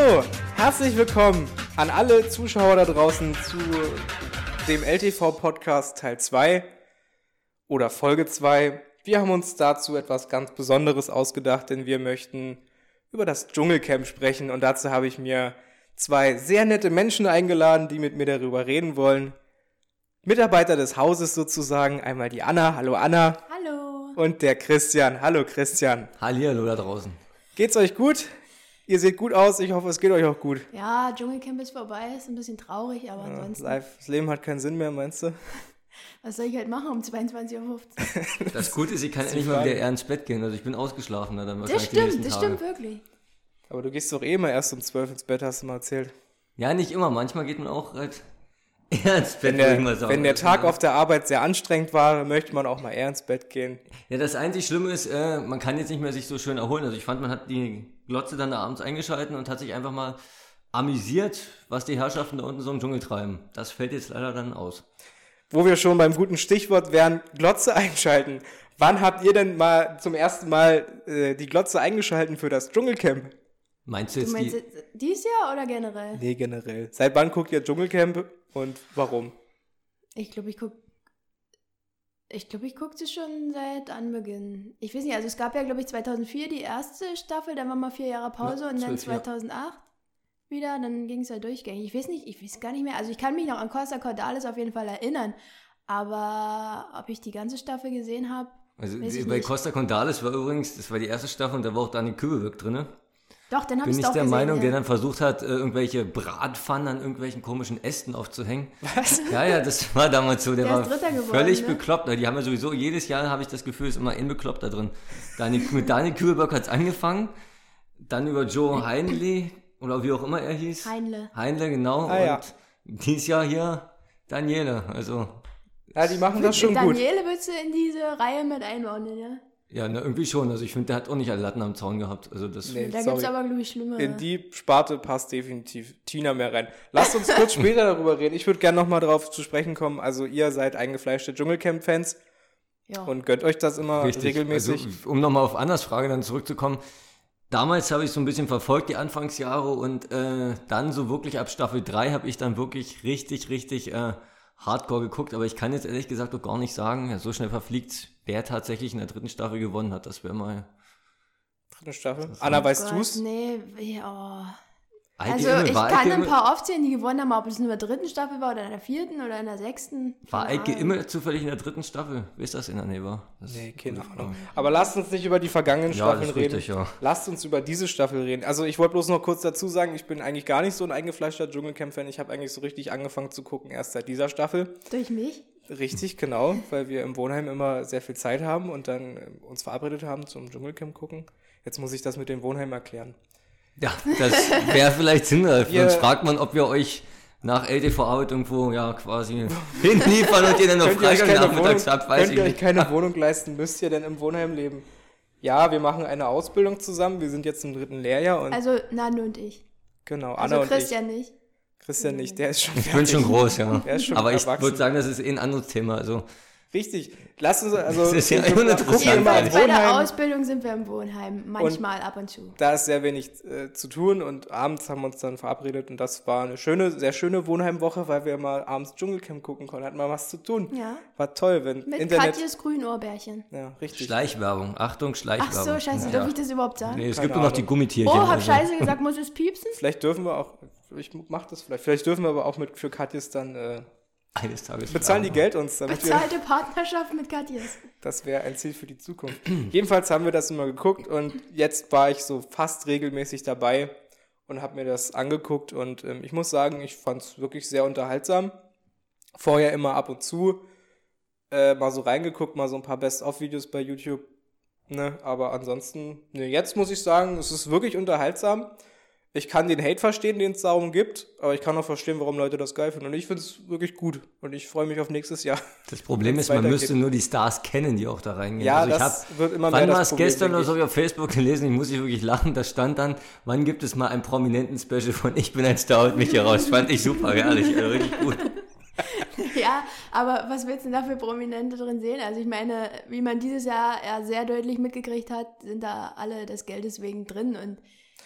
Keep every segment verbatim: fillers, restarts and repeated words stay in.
So, herzlich willkommen an alle Zuschauer da draußen zu dem L T V-Podcast Teil zwei oder Folge zwei. Wir haben uns dazu etwas ganz Besonderes ausgedacht, denn wir möchten über das Dschungelcamp sprechen und dazu habe ich mir zwei sehr nette Menschen eingeladen, die mit mir darüber reden wollen. Mitarbeiter des Hauses sozusagen, einmal die Anna. Hallo Anna. Hallo. Und der Christian. Hallo Christian. Hallihallo da draußen. Geht's euch gut? Ihr seht gut aus, ich hoffe, es geht euch auch gut. Ja, Dschungelcamp ist vorbei, ist ein bisschen traurig, aber Ja, ansonsten... live, das Leben hat keinen Sinn mehr, meinst du? Was soll ich halt machen um zweiundzwanzig Uhr fünfzehn? Das Gute ist, ich kann endlich mal wieder eher ins Bett gehen. Also ich bin ausgeschlafen. Dann Das wahrscheinlich die stimmt, nächsten das Tage. stimmt wirklich. Aber du gehst doch eh immer erst um zwölf ins Bett, hast du mal erzählt. Ja, nicht immer. Manchmal geht man auch halt eher ins Bett, Wenn würde der, ich mal sagen. wenn der Tag auf der Arbeit sehr anstrengend war, dann möchte man auch mal eher ins Bett gehen. Ja, das einzig Schlimme ist, äh, man kann jetzt nicht mehr sich so schön erholen. Also ich fand, man hat die Glotze dann da abends eingeschalten und hat sich einfach mal amüsiert, was die Herrschaften da unten so im Dschungel treiben. Das fällt jetzt leider dann aus. Wo wir schon beim guten Stichwort wären, Glotze einschalten. Wann habt ihr denn mal zum ersten Mal äh, die Glotze eingeschalten für das Dschungelcamp? Meinst du Du jetzt meinst die... jetzt dieses Jahr oder generell? Nee, generell. Seit wann guckt ihr Dschungelcamp und warum? Ich glaube, ich guck... Ich glaube, ich gucke sie schon seit Anbeginn. Ich weiß nicht, also es gab ja, glaube ich, zweitausendvier die erste Staffel, dann war mal vier Jahre Pause Ja, und dann zwölf, ja. zweitausendacht wieder, dann ging es ja durchgängig. Ich weiß nicht, ich weiß gar nicht mehr, also ich kann mich noch an Costa Cordalis auf jeden Fall erinnern, aber ob ich die ganze Staffel gesehen habe, Also weiß ich bei nicht. Costa Cordalis war übrigens, das war die erste Staffel und da war auch Dani Kübelberg drin. Doch, dann habe Bin ich ich doch der gesehen. Meinung, ja. der dann versucht hat, äh, irgendwelche Bratpfannen an irgendwelchen komischen Ästen aufzuhängen. Was? Ja, ja, das war damals so. Der, Der war ist Dritter geworden, völlig ne? bekloppt. Die haben ja sowieso, jedes Jahr habe ich das Gefühl, ist immer ein bekloppt da drin. Dani, mit Daniel Kübelberg hat es angefangen, dann über Joe Heinle, oder wie auch immer er hieß. Heinle. Heinle, genau. Ah, und ja. dieses Jahr hier Daniele, also... Ja, die machen das schon gut. Daniele würdest du in diese Reihe mit einordnen, ja? Ja, na, irgendwie schon. Also ich finde, der hat auch nicht alle Latten am Zaun gehabt. Also das... Nee. Da sorry. gibt es aber, glaube ich, schlimmere. In die Sparte passt definitiv Tina mehr rein. Lasst uns kurz später darüber reden. Ich würde gerne nochmal darauf zu sprechen kommen. Also ihr seid eingefleischte Dschungelcamp-Fans ja. und gönnt euch das immer Richtig. regelmäßig. Also, um nochmal auf Annas Frage dann zurückzukommen, damals habe ich so ein bisschen verfolgt, die Anfangsjahre, und äh, dann so wirklich ab Staffel drei habe ich dann wirklich richtig, richtig äh, hardcore geguckt, aber ich kann jetzt ehrlich gesagt auch gar nicht sagen, ja, so schnell verfliegt, wer tatsächlich in der dritten Staffel gewonnen hat. Das wäre mal... Dritte Staffel. Anna, weißt Gott, du's? Nee, ja. Eike Also Immel, ich war kann Eike ein Immel- paar aufzählen, die gewonnen haben, ob es nur in der dritten Staffel war oder in der vierten oder in der sechsten. War Keine Eike Ahnung. immer zufällig in der dritten Staffel? Wer ist das in der Nähe war? Das Nee, ist keine eine gute Ahnung. Frage. Aber lasst uns nicht über die vergangenen Ja, Staffeln das ist reden. richtig, ja. Lasst uns über diese Staffel reden. Also ich wollte bloß noch kurz dazu sagen, ich bin eigentlich gar nicht so ein eingefleischter Dschungelcamp-Fan. Ich habe eigentlich so richtig angefangen zu gucken erst seit dieser Staffel. Durch mich? Richtig, genau, weil wir im Wohnheim immer sehr viel Zeit haben und dann äh, uns verabredet haben zum Dschungelcamp gucken. Jetzt muss ich das mit dem Wohnheim erklären. Ja, das wäre vielleicht sinnreich. Wir- Sonst fragt man, ob wir euch nach L T V-Arbeit irgendwo ja quasi hinliefern und ihr dann noch Könnt ihr euch Freigang keine nachmittags Wohnung, habt, weiß könnt ich ihr euch nicht. keine Wohnung leisten, müsst ihr denn im Wohnheim leben? Ja, wir machen eine Ausbildung zusammen. Wir sind jetzt im dritten Lehrjahr und Also Nanu und ich. genau, Anna Also und Christian nicht. ich. Christian nicht, der ist schon Ich bin schon groß, ja. Der ist schon Aber ich erwachsen. würde sagen, das ist eh ein anderes Thema. Also Richtig. Lasst uns also Das ist ja wir uninteressant. gucken immer im Jedenfalls Bei der Wohnheim. Ausbildung sind wir im Wohnheim, manchmal ab und zu. Da ist sehr wenig äh, zu tun und abends haben wir uns dann verabredet und das war eine schöne, sehr schöne Wohnheimwoche, weil wir mal abends Dschungelcamp gucken konnten, hatten mal was zu tun. Ja. War toll, wenn Mit Internet. Katjes Grünohrbärchen. Ja, richtig. Schleichwerbung. Achtung, Ach Schleichwerbung. so, scheiße, ja. darf ich das überhaupt sagen? Nee, es Keine gibt nur noch die Ahnung. Gummitierchen. Oh, hab also. scheiße gesagt, muss es piepsen? Vielleicht dürfen wir auch, ich mach das vielleicht, vielleicht dürfen wir aber auch mit für Katjes dann äh, Eines Tages. bezahlen die Geld uns, damit wir, Bezahlte Partnerschaft mit Katjes. das wäre ein Ziel für die Zukunft. Jedenfalls haben wir das immer geguckt und jetzt war ich so fast regelmäßig dabei und habe mir das angeguckt und ähm, ich muss sagen, ich fand es wirklich sehr unterhaltsam. Vorher immer ab und zu äh, mal so reingeguckt, mal so ein paar Best-of-Videos bei YouTube, ne, aber ansonsten, ne, jetzt muss ich sagen, es ist wirklich unterhaltsam. Ich kann den Hate verstehen, den es darum gibt, aber ich kann auch verstehen, warum Leute das geil finden. Und ich finde es wirklich gut. Und ich freue mich auf nächstes Jahr. Das Problem wenn's ist, man weitergeht. müsste nur die Stars kennen, die auch da reingehen. Ja, also ich das hab, wird immer wann mehr das war es Problem, gestern denke oder so, habe ich auf Facebook gelesen, ich muss ich wirklich lachen, da stand dann, wann gibt es mal ein prominenten Special von Ich bin ein Star und mich hier raus. Fand ich super, ehrlich, also richtig gut. Ja, aber was willst du denn da für Prominente drin sehen? Also ich meine, wie man dieses Jahr ja sehr deutlich mitgekriegt hat, sind da alle des Geldes wegen drin und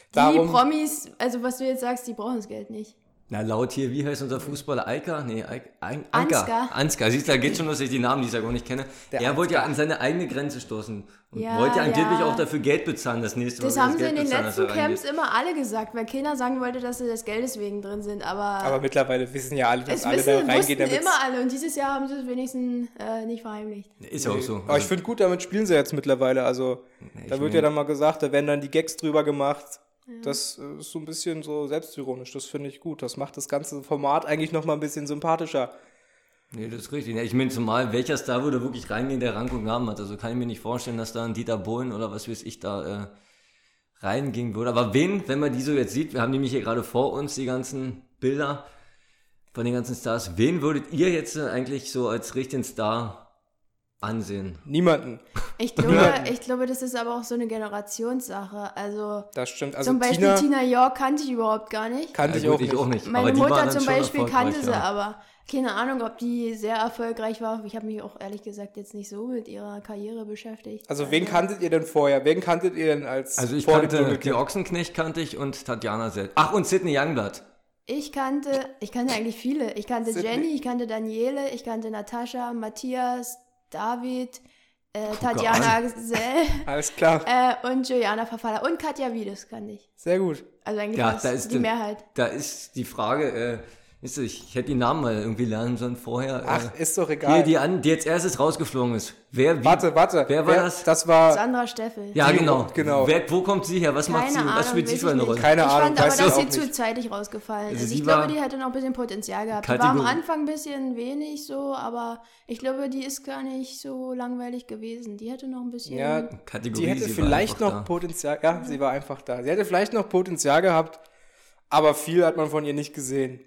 Darum, die Promis, also was du jetzt sagst, die brauchen das Geld nicht. Na, laut hier, wie heißt unser Fußballer? Eika? Nee, Eik, Eik, Ansgar. Ansgar, siehst du, da geht schon los, dass ich die Namen, die ich ja gar nicht kenne. Der er wollte ja Ansgar. an seine eigene Grenze stoßen. Und Ja, wollte ja angeblich ja. auch dafür Geld bezahlen, das nächste Mal. Das will er haben sie Geld in den bezahlen, dass letzten er reingeht. Camps immer alle gesagt, weil keiner sagen wollte, dass sie des Geldes wegen drin sind, aber, aber mittlerweile wissen ja alle, dass es alle wissen, da wussten reingehen. damit's- immer alle und dieses Jahr haben sie es wenigstens äh, nicht verheimlicht. Ist ja auch so. Aber ich finde gut, damit spielen sie jetzt mittlerweile. Also, ich da wird mein- ja dann mal gesagt, da werden dann die Gags drüber gemacht. Das äh, ist so ein bisschen so selbstironisch. Das finde ich gut. Das macht das ganze Format eigentlich noch mal ein bisschen sympathischer. Nee, das ist richtig. Ja, ich meine, zumal welcher Star würde wirklich reingehen, der Rang und Namen hat. Also kann ich mir nicht vorstellen, dass da ein Dieter Bohlen oder was weiß ich da äh, reingehen würde. Aber wen, wenn man die so jetzt sieht, wir haben nämlich hier gerade vor uns die ganzen Bilder von den ganzen Stars, wen würdet ihr jetzt äh, eigentlich so als richtigen Star ansehen? Niemanden. Ich glaube, ich glaube, das ist aber auch so eine Generationssache. Also, Das stimmt. Also zum Beispiel Tina, Tina York kannte ich überhaupt gar nicht. kannte Ja, ich, gut, auch nicht. ich auch nicht. Meine aber die waren Mutter dann zum schon Beispiel kannte erfolgreich, sie, ja. aber keine Ahnung, ob die sehr erfolgreich war. Ich habe mich auch ehrlich gesagt jetzt nicht so mit ihrer Karriere beschäftigt. Also wen kanntet ihr denn vorher? Wen kanntet ihr denn als Also ich vor dem kannte die Dschungelcamp? Ochsenknecht kannte ich und Tatjana selbst. Ach, und Sydney Youngblood. Ich kannte, ich kannte eigentlich viele. Ich kannte Sydney. Jenny, ich kannte Daniele, ich kannte Natascha, Matthias, David, äh, Tatjana Gsell Alles klar. äh, und Juliana Verfaller und Katja Wiedes kannte ich. Sehr gut. Also eigentlich Ja, fast da ist die denn- Mehrheit. Da ist die Frage, äh, ist, ich hätte die Namen mal irgendwie lernen sollen vorher. Ach, äh, ist doch Hier, egal. die, an, die jetzt erstes rausgeflogen ist. Wer, wie, warte, warte. Wer war das? Das war Sandra Steffel. Ja, die- genau. genau. Wer, wo kommt sie her? Was macht Keine sie? Ahnung, Was spielt sie weiß für ich eine nicht. Rolle? Keine ich Ahnung, fand aber, weiß ich dass auch sie nicht. zu zeitig rausgefallen Also ist. sie Ich glaube, war die hätte noch ein bisschen Potenzial gehabt. Die war Kategor- am Anfang ein bisschen wenig so, aber ich glaube, die ist gar nicht so langweilig gewesen. Die hätte noch ein bisschen... Ja, Kategorie, die hätte sie war vielleicht einfach noch da. Potenzial. Ja, sie war einfach da. Sie hätte vielleicht noch Potenzial gehabt, aber viel hat man von ihr nicht gesehen.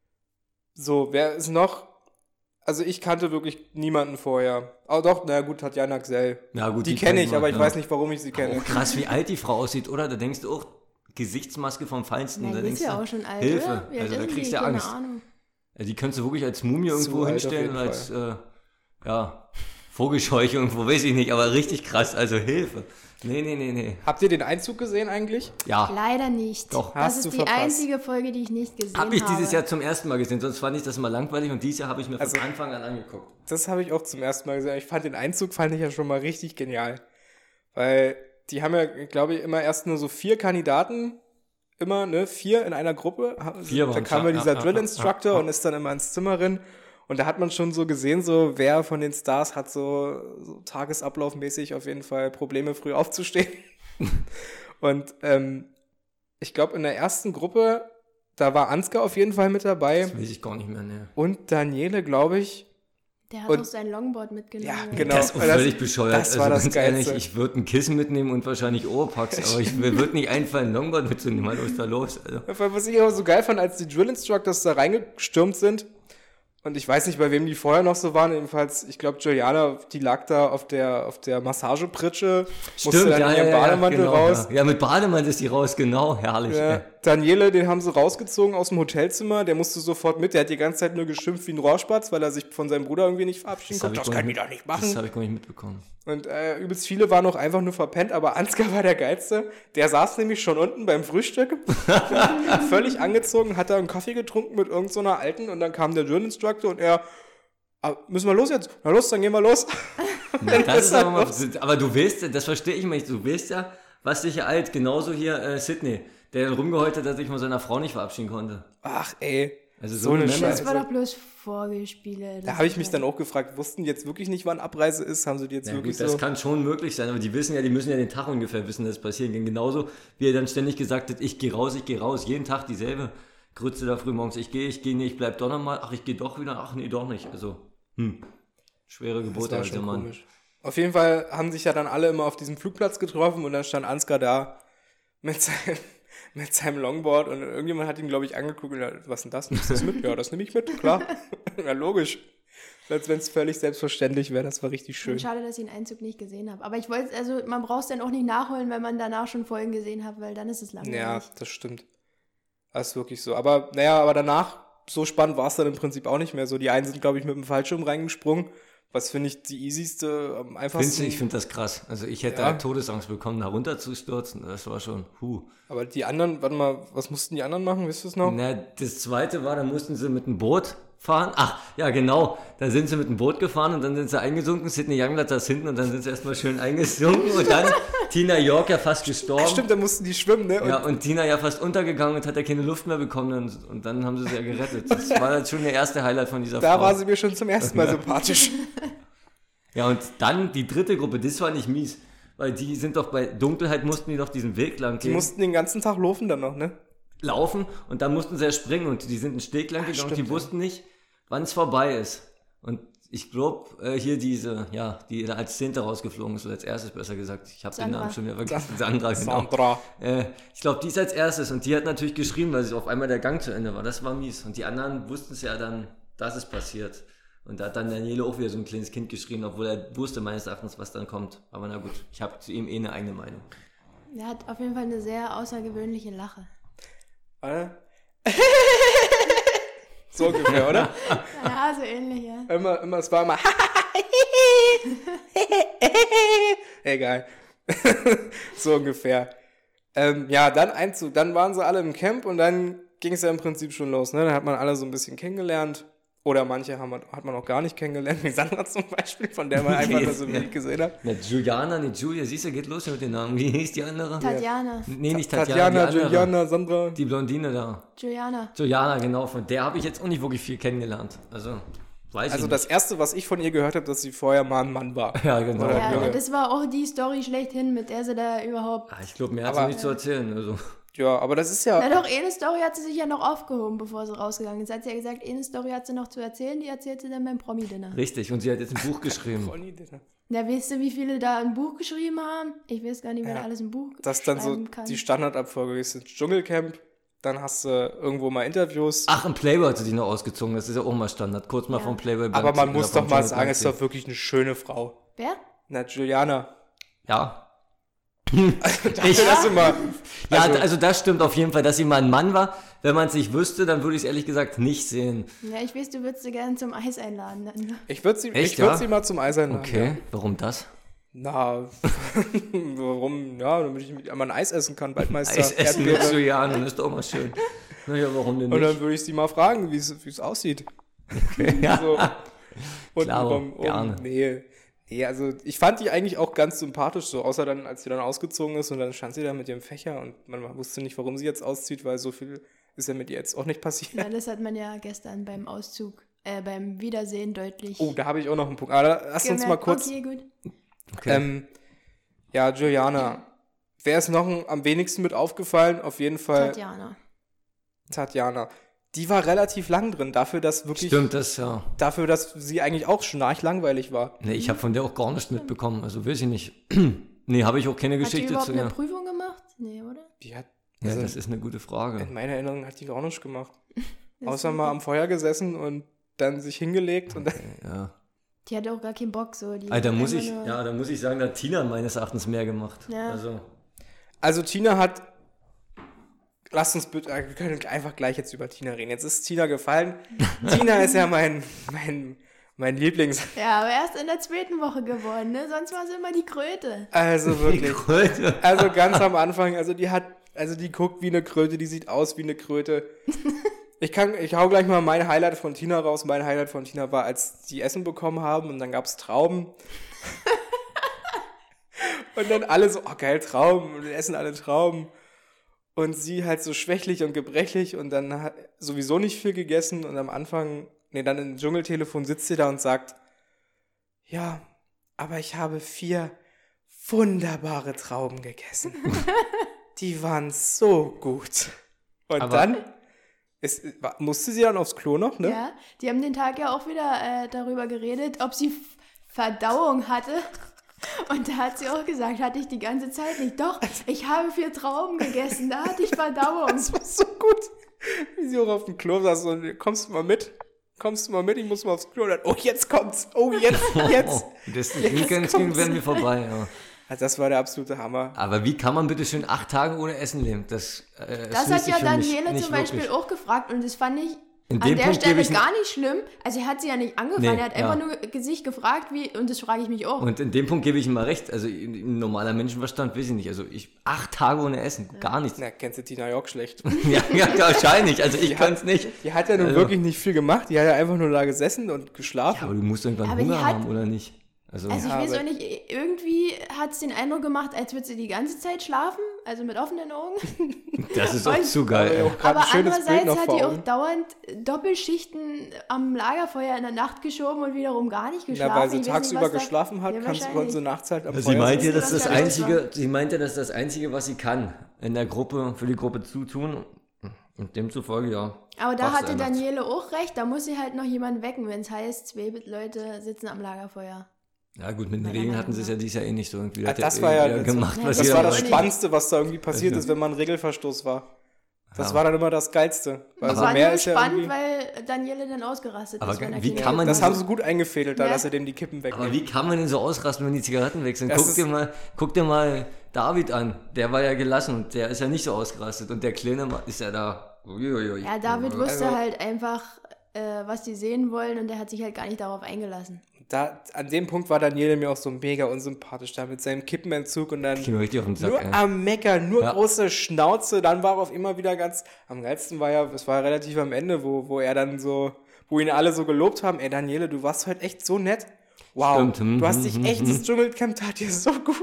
So, wer ist noch? Also ich kannte wirklich niemanden vorher. Oh doch, na gut, Tatjana Gsell. Ja, gut, die die kenne kennt ich, man, aber ich ja. weiß nicht, warum ich sie kenne. Oh, krass, wie alt die Frau aussieht, oder? Da denkst du auch, Gesichtsmaske vom Feinsten. Na, da die denkst ist ja du, auch schon alt, Hilfe. oder? Wie alt Also da ist denn kriegst die? du Keine Angst. Ahnung. Ja, die könntest du wirklich als Mumie Zu irgendwo alt auf hinstellen, jeden als äh, ja, Vogelscheuche irgendwo, weiß ich nicht, aber richtig krass, also Hilfe. Nee, nee, nee, nee. Habt ihr den Einzug gesehen eigentlich? Ja, Leider nicht. Doch. Das Hast ist du die verpasst. einzige Folge, die ich nicht gesehen habe ich habe. dieses Jahr zum ersten Mal gesehen, sonst fand ich das immer langweilig und dieses Jahr habe ich mir Also- von Anfang an angeguckt. Das habe ich auch zum ersten Mal gesehen. Ich fand den Einzug fand ich ja schon mal richtig genial. Weil die haben ja, glaube ich, immer erst nur so vier Kandidaten, immer, ne, vier in einer Gruppe. Vier Da waren's, kam ja, ja dieser ja, Drill ja, Instructor ja, ja. und ist dann immer ins Zimmer rein. Und da hat man schon so gesehen, so wer von den Stars hat so, so tagesablaufmäßig auf jeden Fall Probleme, früh aufzustehen. Und ähm, ich glaube, in der ersten Gruppe, da war Ansgar auf jeden Fall mit dabei. Das weiß ich gar nicht mehr, ne. Und Daniele, glaube ich. Der hat Und- auch sein Longboard mitgenommen. Ja, genau. Das ist auch Das- völlig bescheuert. das war also das ganz ehrlich, Geilste. ich würde ein Kissen mitnehmen und wahrscheinlich Ohrpacks, aber ich mir würde nicht einfallen, ein Longboard mitzunehmen. Was ist da los? Also, Was ich aber so geil fand, als die Drill Instructors da reingestürmt sind, und ich weiß nicht, bei wem die vorher noch so waren, jedenfalls, ich glaube, Juliana, die lag da auf der, auf der Massagepritsche, musste dann in ihrem Bademantel genau, raus. Ja. ja, mit Bademantel ist die raus, genau, herrlich. Ja, ey. Daniele, den haben sie rausgezogen aus dem Hotelzimmer, der musste sofort mit, der hat die ganze Zeit nur geschimpft wie ein Rohrspatz, weil er sich von seinem Bruder irgendwie nicht verabschieden hab konnte. ich Das gar kann ich nicht- doch nicht Das machen. habe ich gar nicht mitbekommen. Und äh, übelst viele waren auch einfach nur verpennt, aber Ansgar war der Geilste. Der saß nämlich schon unten beim Frühstück, völlig angezogen, hat da einen Kaffee getrunken mit irgend so einer Alten und dann kam der Drill Instructor und er, ah, müssen wir los jetzt? Na los, dann gehen wir los. Ja, das ist er aber, mal, los. aber du weißt, das verstehe ich mal nicht, du weißt ja, was dich ja alt, genauso hier äh, Sydney, der dann rumgeheult hat, dass ich von seiner Frau nicht verabschieden konnte. Ach ey, Also so so eine eine Scheiße. Das war doch bloß vorgespielt. Da habe ich mich dann auch gefragt, wussten die jetzt wirklich nicht, wann Abreise ist? Haben sie die jetzt Ja, wirklich gut, das so... kann schon möglich sein, aber die wissen ja, die müssen ja den Tag ungefähr wissen, dass es passieren kann. Genauso wie er dann ständig gesagt hat, ich gehe raus, ich gehe raus, jeden Tag dieselbe Grütze da früh morgens, ich gehe, ich gehe, nee, ich bleib doch nochmal, ach, ich gehe doch wieder, ach nee, doch nicht. Also, hm, schwere Das Gebote, war alter schon Mann. komisch. Auf jeden Fall haben sich ja dann alle immer auf diesem Flugplatz getroffen und dann stand Ansgar da mit seinem, mit seinem Longboard und irgendjemand hat ihn, glaube ich, angeguckt und gesagt, was denn das? Nimmst du das mit? Ja, das nehme ich mit, klar. Ja, logisch. Als wenn es völlig selbstverständlich wäre, das war richtig schön. Schade, dass ich den Einzug nicht gesehen habe. Aber ich wollte, also man braucht es dann auch nicht nachholen, wenn man danach schon Folgen gesehen hat, weil dann ist es langweilig. Ja, das stimmt. Das ist wirklich so. Aber naja, aber danach, so spannend war es dann im Prinzip auch nicht mehr so. Die einen sind, glaube ich, mit dem Fallschirm reingesprungen. was finde ich die easyste, am Findest einfachsten. du, ich finde das krass. Also ich hätte Ja. halt Todesangst bekommen, da runterzustürzen. Das war schon, huh. Aber die anderen, warte mal, was mussten die anderen machen, wisst ihr es noch? Na, das zweite war, da mussten sie mit dem Boot fahren. Ach, ja genau, da sind sie mit dem Boot gefahren und dann sind sie eingesunken. Sidney Youngblood saß hinten und dann sind sie erstmal schön eingesunken und dann Tina York ja fast gestorben. Stimmt, da mussten die schwimmen, ne? Und Ja, und Tina ja fast untergegangen und hat ja keine Luft mehr bekommen und, und dann haben sie sie ja gerettet. Das war halt schon der erste Highlight von dieser da Frau. war sie mir schon zum ersten Mal sympathisch. Ja, und dann die dritte Gruppe, das war nicht mies, weil die sind doch bei Dunkelheit, mussten die doch diesen Weg lang Die gehen, mussten den ganzen Tag laufen dann noch, ne? laufen und dann mussten sie ja springen und die sind einen Steg lang gegangen und stimmt, die wussten nicht, wann es vorbei ist. Und ich glaube, äh, hier diese, ja, die da als Zehnte rausgeflogen ist, oder als erstes besser gesagt, ich habe den Sandra. Namen schon wieder vergessen, Sandra, genau. Sandra. Äh, ich glaube, die ist als erstes und die hat natürlich geschrien, weil sie auf einmal der Gang zu Ende war. Das war mies. Und die anderen wussten es ja dann, dass es passiert. Und da hat dann Daniele auch wieder so ein kleines Kind geschrien, obwohl er wusste meines Erachtens, was dann kommt. Aber na gut, ich habe zu ihm eh eine eigene Meinung. Der hat auf jeden Fall eine sehr außergewöhnliche Lache. Warte. So ungefähr, oder? Ja, so ähnlich, ja. Immer, immer, es war immer. Egal. So ungefähr. Ähm, ja, dann Einzug. Dann waren sie alle im Camp und dann ging es ja im Prinzip schon los. Ne? Dann hat man alle so ein bisschen kennengelernt. Oder manche haben, man- hat man auch gar nicht kennengelernt, wie Sandra zum Beispiel, von der man einfach nur so Ja. wenig gesehen hat. Na, Juliana, nicht Julia, siehst du, geht los mit den Namen. Wie hieß die andere? Tatjana. Nee, nicht Tatjana, Tatjana, die andere. Juliana, Sandra. Die Blondine da. Juliana. Juliana, genau, von der habe ich jetzt auch nicht wirklich viel kennengelernt. Also, weiß Also ich das Erste, was ich von ihr gehört habe, dass sie vorher mal ein Mann war. nicht. Ja, genau. Oder- Ja, Junge. das war auch die Story schlechthin, mit der sie da überhaupt... Ah, ich glaube, mehr hat sie Aber- nicht zu erzählen. Also. Ja, aber das ist Na ja... doch, eine Story hat sie sich ja noch aufgehoben, bevor sie rausgegangen ist. Hat sie ja gesagt, eine Story hat sie noch zu erzählen, die erzählt sie dann beim Promi-Dinner. Richtig, und sie hat jetzt ein Buch geschrieben. Na, weißt du, wie viele da ein Buch geschrieben haben? Ich weiß gar nicht, wer Ja. da alles ein Buch Das ist dann so schreiben kann. die Standardabfolge. Ist ins Dschungelcamp, dann hast du irgendwo mal Interviews. Ach, im Playboy hat sie die noch ausgezogen. Das ist ja auch mal Standard. Kurz mal Ja. vom Playboy. Aber man Band- muss oder vom doch mal Dschungel sagen, es ist Band doch wirklich eine schöne Frau. Wer? Na, Juliana. Ja. Ich das immer. Ja, Also- also, das stimmt auf jeden Fall, dass sie mal ein Mann war. Wenn man es nicht wüsste, dann würde ich es ehrlich gesagt nicht sehen. Ja, ich weiß, du würdest sie gerne zum Eis einladen. Dann. Ich würde sie, Echt, ich würd ja? sie mal zum Eis einladen. Okay, warum das? Na, warum? Ja, damit ich mit einmal ein Eis essen kann. Waldmeister. Eis essen mit Erdbeere. Juliane, das ist doch mal schön. Naja, warum denn Und dann nicht? würde ich sie mal fragen, wie es wie es aussieht. Ja. So. Und Klar, um, um, gerne. nee. Nee, also ich fand die eigentlich auch ganz sympathisch, so außer dann, als sie dann ausgezogen ist und dann stand sie da mit dem Fächer und man wusste nicht, warum sie jetzt auszieht, weil so viel ist ja mit ihr jetzt auch nicht passiert. Ja, das hat man ja gestern beim Auszug, äh, beim Wiedersehen deutlich Oh, da habe ich auch noch einen Punkt. Aber da- lass uns mal gemerkt. kurz. Okay, gut. Okay. Ähm, ja, Juliana. Wer ist noch am wenigsten mit aufgefallen? Auf jeden Fall Tatjana. Tatjana. Die war relativ lang drin, dafür, dass wirklich, Stimmt das, ja. dafür, dass sie eigentlich auch schnarchlangweilig war. Nee, ich habe von der auch gar nichts mitbekommen. Also weiß ich nicht. Nee, habe ich auch keine Hat die Geschichte überhaupt zu eine ihr. Prüfung gemacht? Nee, oder? Die hat, Ja, also das ist eine gute Frage. in meiner Erinnerung hat die gar nichts gemacht. Das Außer ist- mal am Feuer gesessen und dann sich hingelegt und dann, Ja. Die hatte auch gar keinen Bock, so. Die Alter, hat muss einfach ich, nur- ja, da muss ich sagen, da hat Tina meines Erachtens mehr gemacht. Ja. Also, Also Tina hat, lasst uns bitte, wir können einfach gleich jetzt über Tina reden. Jetzt ist Tina gefallen. Tina ist ja mein, mein, mein Lieblings. Ja, aber erst in der zweiten Woche geworden, ne? Sonst war sie immer die Kröte. Also die wirklich. Kröte. Also ganz am Anfang, also die hat, also die guckt wie eine Kröte, die sieht aus wie eine Kröte. Ich kann, ich hau gleich mal mein Highlight von Tina raus. Mein Highlight von Tina war, als die Essen bekommen haben und dann gab's Trauben. Und dann alle so, oh geil, Trauben. Und dann essen alle Trauben. Und sie halt so schwächlich und gebrechlich und dann hat sowieso nicht viel gegessen und am Anfang, nee, dann im Dschungeltelefon sitzt sie da und sagt, ja, aber ich habe vier wunderbare Trauben gegessen. Die waren so gut. Und Aber- dann ist, war- musste sie dann aufs Klo noch, ne? Ja, die haben den Tag ja auch wieder äh, darüber geredet, ob sie F- Verdauung hatte. Und da hat sie auch gesagt, hatte ich die ganze Zeit nicht. Doch, ich habe vier Trauben gegessen, da hatte ich Verdauung. Das war so gut. Wie sie auch auf dem Klo saß und kommst du mal mit? Kommst du mal mit? Ich muss mal aufs Klo. Und dann, oh, jetzt kommt's. Oh, jetzt, jetzt. Oh, das Jetzt Weekend kommt's. werden wir vorbei, ja. Also das war der absolute Hammer. Aber wie kann man bitte schön acht Tage ohne Essen leben? Das, äh, Das schließt hat sich ja für mich Daniele nicht zum Beispiel wirklich. auch gefragt und das fand ich In An dem der Punkt gebe Stelle ich gar nicht schlimm. Also er hat sie ja nicht angefangen, Nee, er hat ja. einfach nur sich gefragt, wie, und das frage ich mich auch. Und in dem Punkt gebe ich ihm mal recht. Also ein normaler Menschenverstand weiß ich nicht. Also ich acht Tage ohne Essen, gar nichts. Na, kennst du Tina York schlecht. Ja, ja, wahrscheinlich. Also ich Die kann es nicht. Die hat ja nun Also- wirklich nicht viel gemacht. Die hat ja einfach nur da gesessen und Ja, geschlafen. aber du musst irgendwann Aber die Hunger hat- haben, oder nicht? Also, Also ich Ja, weiß aber- auch nicht, irgendwie hat es den Eindruck gemacht, als würde sie die ganze Zeit schlafen, also mit offenen Augen. das ist auch und- zu Aber geil. auch gerade Aber ein schönes Bild andererseits noch hat vor die auch Augen. dauernd Doppelschichten am Lagerfeuer in der Nacht geschoben und wiederum gar nicht geschlafen. Na, weil sie Ich weiß nicht, tagsüber was da- geschlafen hat, Ja, kann sie wahrscheinlich. konnte sie nachts halt am Also sie Feuer meint ja, sitzen. dass das Das kann ich einzige, sie meint ja, dass das einzige, was sie kann, in der Gruppe, für die Gruppe zu tun. Und demzufolge, ja. Aber da wachst hatte du nachts. Daniele auch recht, da muss sie halt noch jemanden wecken, wenn es heißt, zwei Leute sitzen am Lagerfeuer. Ja gut, mit den Meiner Regeln Meinung hatten sie es ja dieses Jahr eh nicht so irgendwie. Ja, Hat das ja war ja- irgendwer das- gemacht, Ja, was Das jeder war das wollte. Spannendste, was da irgendwie passiert Also- ist, wenn man ein Regelverstoß war. Das Ja. war dann immer das Geilste. Das Also war mehr nur ist ja spannend, irgendwie- weil Daniele dann ausgerastet Aber ist. wenn er wie keine kann man Das Kippe haben sie gut eingefädelt, da, Ja. dass sie dem die Kippen Aber wegnehmen. wie kann man denn so ausrasten, wenn die Zigaretten wechseln? Das Guck ist- dir, mal, guck dir mal David an. Der war ja gelassen und der ist ja nicht so ausgerastet. Und der Kleine ma- ist ja da. Uiuiui. Ja, David wusste Also- halt einfach, äh, was die sehen wollen und der hat sich halt gar nicht darauf eingelassen. Da, an dem Punkt war Daniele mir auch so mega unsympathisch, da mit seinem Kippenentzug und dann Ich geh mir richtig auf den Sack, nur ey. am Meckern, nur Ja. große Schnauze, dann war er auf immer wieder ganz, am geilsten war ja, es war ja relativ am Ende, wo, wo er dann so, wo ihn alle so gelobt haben, ey Daniele, du warst heute echt so nett, wow, Stimmt, hm, du hast hm, dich hm, echt, hm. das Dschungelcamp tat dir so gut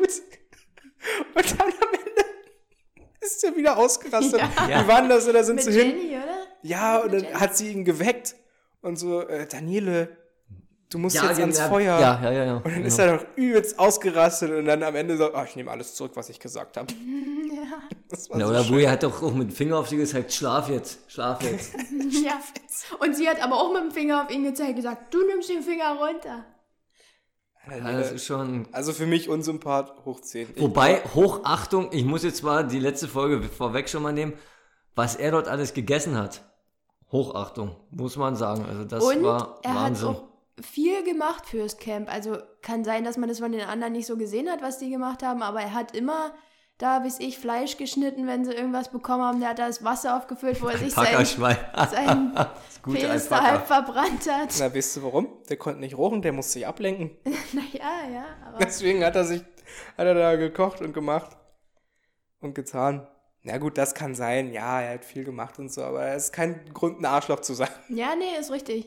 und dann am Ende ist er wieder ausgerastet, Ja. wie waren das, da sind Mit sie hin, Jenny, oder? ja, und Mit dann Jenny. hat sie ihn geweckt und so, äh, Daniele, du musst jetzt ja, ans ja, Feuer. Ja, ja, ja. ja. Und dann genau. ist er doch übelst ausgerastet und dann am Ende so, oh, ich nehme alles zurück, was ich gesagt habe. Ja. Das war Ja, so oder schön. Boje hat doch auch mit dem Finger auf sie gesagt, schlaf jetzt, schlaf jetzt. ja. Und sie hat aber auch mit dem Finger auf ihn gezeigt und gesagt, du nimmst den Finger runter. Ja, das ist schon... Also für mich Unsympath hoch zehn. Ich- Wobei, Hochachtung, ich muss jetzt mal die letzte Folge vorweg schon mal nehmen, was er dort alles gegessen hat. Hochachtung, muss man sagen. Also das Und war er hat Wahnsinn. auch viel gemacht fürs Camp. Also kann sein, dass man das von den anderen nicht so gesehen hat, was die gemacht haben, aber er hat immer da, wie ich, Fleisch geschnitten, wenn sie irgendwas bekommen haben. Der hat da das Wasser aufgefüllt, wo er sich sein, Packerschwein. sein Gute Penis da Alpaka. halb verbrannt hat. Na, weißt du warum? Der konnte nicht rochen, der musste sich ablenken. Naja, ja, aber Deswegen hat er sich, hat er da gekocht und gemacht und getan. Na gut, das kann sein. Ja, er hat viel gemacht und so, aber es ist kein Grund, ein Arschloch zu sein. ja, nee, ist richtig.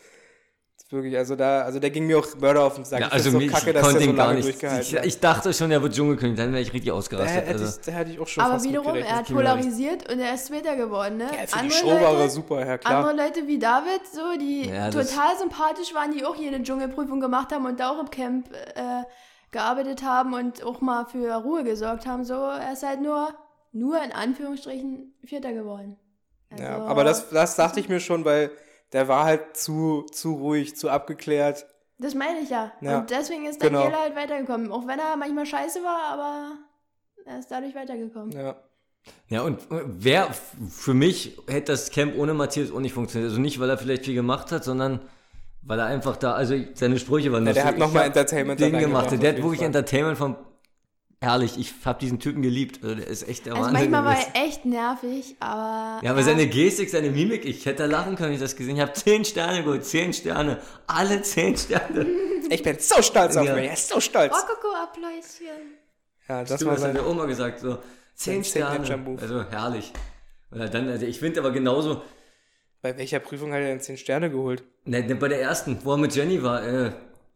Das ist wirklich, also da, also der ging mir auch Mörder auf den Sack. Ja, Ich also find's mir, doch kacke, ich dass konnte der so ihn gar lange nicht. durchgehalten Ich, hat. ich dachte schon, er wird Dschungelkönig, dann wäre ich richtig Da ausgerastet. hätte, Also, ich, da hätte ich auch schon Aber fast wiederum, mitgerechnet. er hat polarisiert und er ist Zweiter geworden, ne? Ja, für die andere, Show war er Leute, super, ja klar. andere Leute wie David, so, die Ja, das- total sympathisch waren, die auch jede Dschungelprüfung gemacht haben und da auch im Camp äh, gearbeitet haben und auch mal für Ruhe gesorgt haben, so, er ist halt nur, nur in Anführungsstrichen Vierter geworden. Also, Ja, aber das, das dachte ich mir schon, weil der war halt zu, zu ruhig, zu abgeklärt. Das meine ich ja. Ja, Und deswegen ist genau. Daniela halt weitergekommen. Auch wenn er manchmal scheiße war, aber er ist dadurch weitergekommen. Ja. ja, und äh, wer, f- für mich hätte das Camp ohne Matthias auch nicht funktioniert. Also nicht, weil er vielleicht viel gemacht hat, sondern weil er einfach da, also seine Sprüche waren Ja, der lustig. hat nochmal Ich hab Entertainment da Ding reingebracht, gemacht. auf Der hat jeden wirklich Fall. Entertainment von, herrlich, ich habe diesen Typen geliebt. Also der ist echt der Also Wahnsinn manchmal war gewesen. er echt nervig, aber... Ja, aber seine Gestik, seine Mimik, ich hätte lachen können, wenn ich das gesehen habe. Zehn Sterne geholt, zehn Sterne, alle zehn Sterne. Ich bin so stolz auf Ja. mich, er ist so stolz. Rokoko-Applausschen. Ja, das Du war hast sein... deine Oma gesagt, so zehn Sein Signature Sterne. Move. Also herrlich. Und dann, also ich finde aber genauso, Bei welcher Prüfung hat er denn zehn Sterne geholt? ne, ne, bei der ersten, wo er mit Jenny war, äh,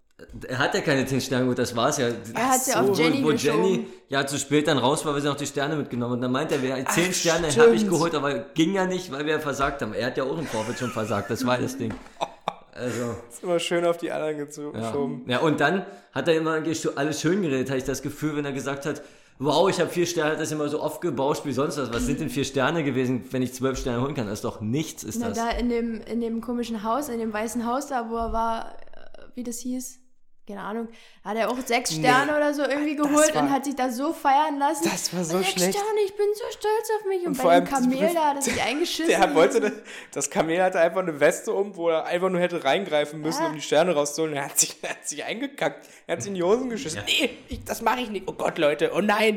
er hat ja keine zehn Sterne geholt, das war's ja. Er hat sie so, auf Jenny wo, wo geschoben. Jenny ja zu spät dann raus war, weil sie noch die Sterne mitgenommen. Und dann meint er, wir- zehn Ach, Sterne stimmt. habe ich geholt, aber ging ja nicht, weil wir versagt haben. Er hat ja auch im Vorfeld schon versagt, das war das Ding. Also, Ist immer schön auf die anderen gezo- ja. geschoben. Ja, und dann hat er immer gesch- alles schön geredet, hatte ich das Gefühl, wenn er gesagt hat, wow, ich habe vier Sterne, hat das immer so oft gebauscht wie sonst was. Was sind denn vier Sterne gewesen, wenn ich zwölf Sterne holen kann? Das ist doch nichts, ist Na, das. da in dem, in dem komischen Haus, in dem weißen Haus da, wo er war, äh, wie das hieß, keine Ahnung, hat er auch sechs Sterne Nee. oder so irgendwie Das geholt war- und hat sich da so feiern lassen. Das war so sechs schlecht. Sterne, ich bin so stolz auf mich. Und, Und bei vor dem allem das Kamel Brief- da hat er sich eingeschissen. Der hat, wollte, das- das Kamel hatte einfach eine Weste um, wo er einfach nur hätte reingreifen müssen, Ja. um die Sterne rauszuholen. Er hat sich, er hat sich eingekackt. Er hat sich in die Hosen geschissen. Nee, ich, das mache ich nicht. Oh Gott, Leute, oh nein.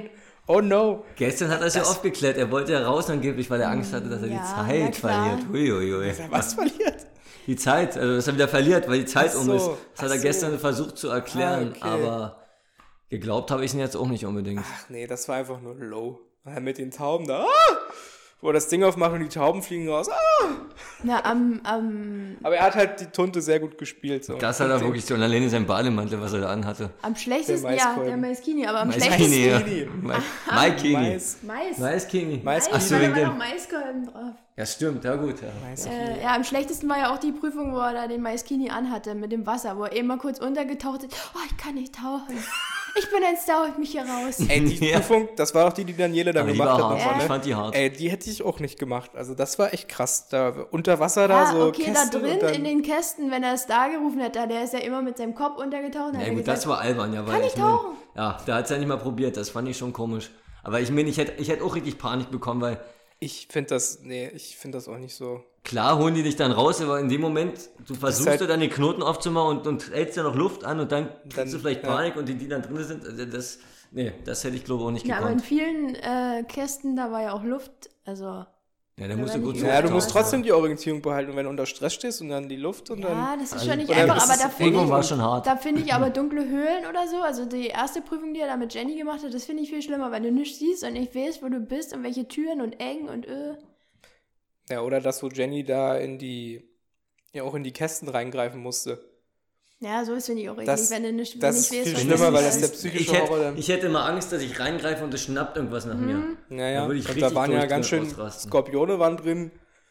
Oh no. Gestern hat er es ja aufgeklärt. Er wollte ja raus angeblich, weil er Angst hatte, dass er Ja, die na Zeit klar. verliert. Uiuiui. Dass er was verliert? Die Zeit, also dass er wieder verliert, weil die Zeit Ach um so, ist. Das hat ach er so. gestern versucht zu erklären, Ah, okay. aber geglaubt habe ich es jetzt auch nicht unbedingt. Ach nee, das war einfach nur low. Mit den Tauben da. Ah! Wo er das Ding aufmacht und die Tauben fliegen raus. Ah! Na, am, am, Aber er hat halt die Tunte sehr gut gespielt. So. Das hat er wirklich so, und alleine sein Bademantel, was er da anhatte. am schlechtesten, Der ja, Maiskolben. der Maiskini, aber am Maiskini, schlechtesten... ja. Maiskini. Ma- Maikini. Mais. Mais. Maiskini. Mais- Ach so, da wegen war noch dem. Maiskolben drauf. Ja, stimmt, ja gut. Ja. Äh, ja, am schlechtesten war ja auch die Prüfung, wo er da den Maiskini anhatte mit dem Wasser, wo er eben mal kurz untergetaucht ist. Oh, ich kann nicht tauchen. Ich bin ein Star, holt mich hier raus. Ey, die Ja. Prüfung, das war auch die, die Daniele dann Aber die gemacht war hat. hart, und so, ich ne? fand die hart. Ey, die hätte ich auch nicht gemacht. Also das war echt krass. Da unter Wasser da Ja, so okay, Kästen da drin und dann, in den Kästen, wenn er Star gerufen hätte, der ist ja immer mit seinem Kopf untergetaucht. Ja hat er gut, gesagt, das war albern, ja. Weil Kann ich mein, tauchen? Ja, der hat es ja nicht mal probiert, das fand ich schon komisch. Aber ich meine, ich hätte ich hätt auch richtig Panik bekommen, weil ich finde das, nee, ich finde das auch nicht so. klar holen die dich dann raus, aber in dem Moment, du versuchst halt- ja dann den Knoten aufzumachen und, und hältst ja noch Luft an und dann kriegst Dann- du vielleicht ja. Panik und die, die dann drin sind, also das, nee, das hätte ich glaube auch nicht Ja, aber in gekonnt. vielen äh, Kästen, da war ja auch Luft, also... Ja, der Ja, musste wenn gut ich- so Ja, du Ja, musst also- trotzdem die Orientierung behalten und wenn du unter Stress stehst und dann die Luft und dann... Ja, das ist Also- schon nicht Oder einfach, ist aber es- da finde Irgendwo ich, war schon hart. da finde ich aber dunkle Höhlen oder so, also die erste Prüfung, die er da mit Jenny gemacht hat, das finde ich viel schlimmer, weil du nichts siehst und nicht weißt, wo du bist und welche Türen und Ecken und äh. Ja, oder dass so Jenny da in die, ja auch in die Kästen reingreifen musste. Ja, so ist finde ich auch eklig, Das- wenn du nicht, wenn das nicht ist weißt, viel was schlimmer, du weil das siehst. der psychische ich, Horror hätte, dann... ich hätte immer Angst, dass ich reingreife und es schnappt irgendwas nach mir. Naja, Da würde ich und richtig da waren ja durch- ganz schön ausrasten. Skorpione waren drin.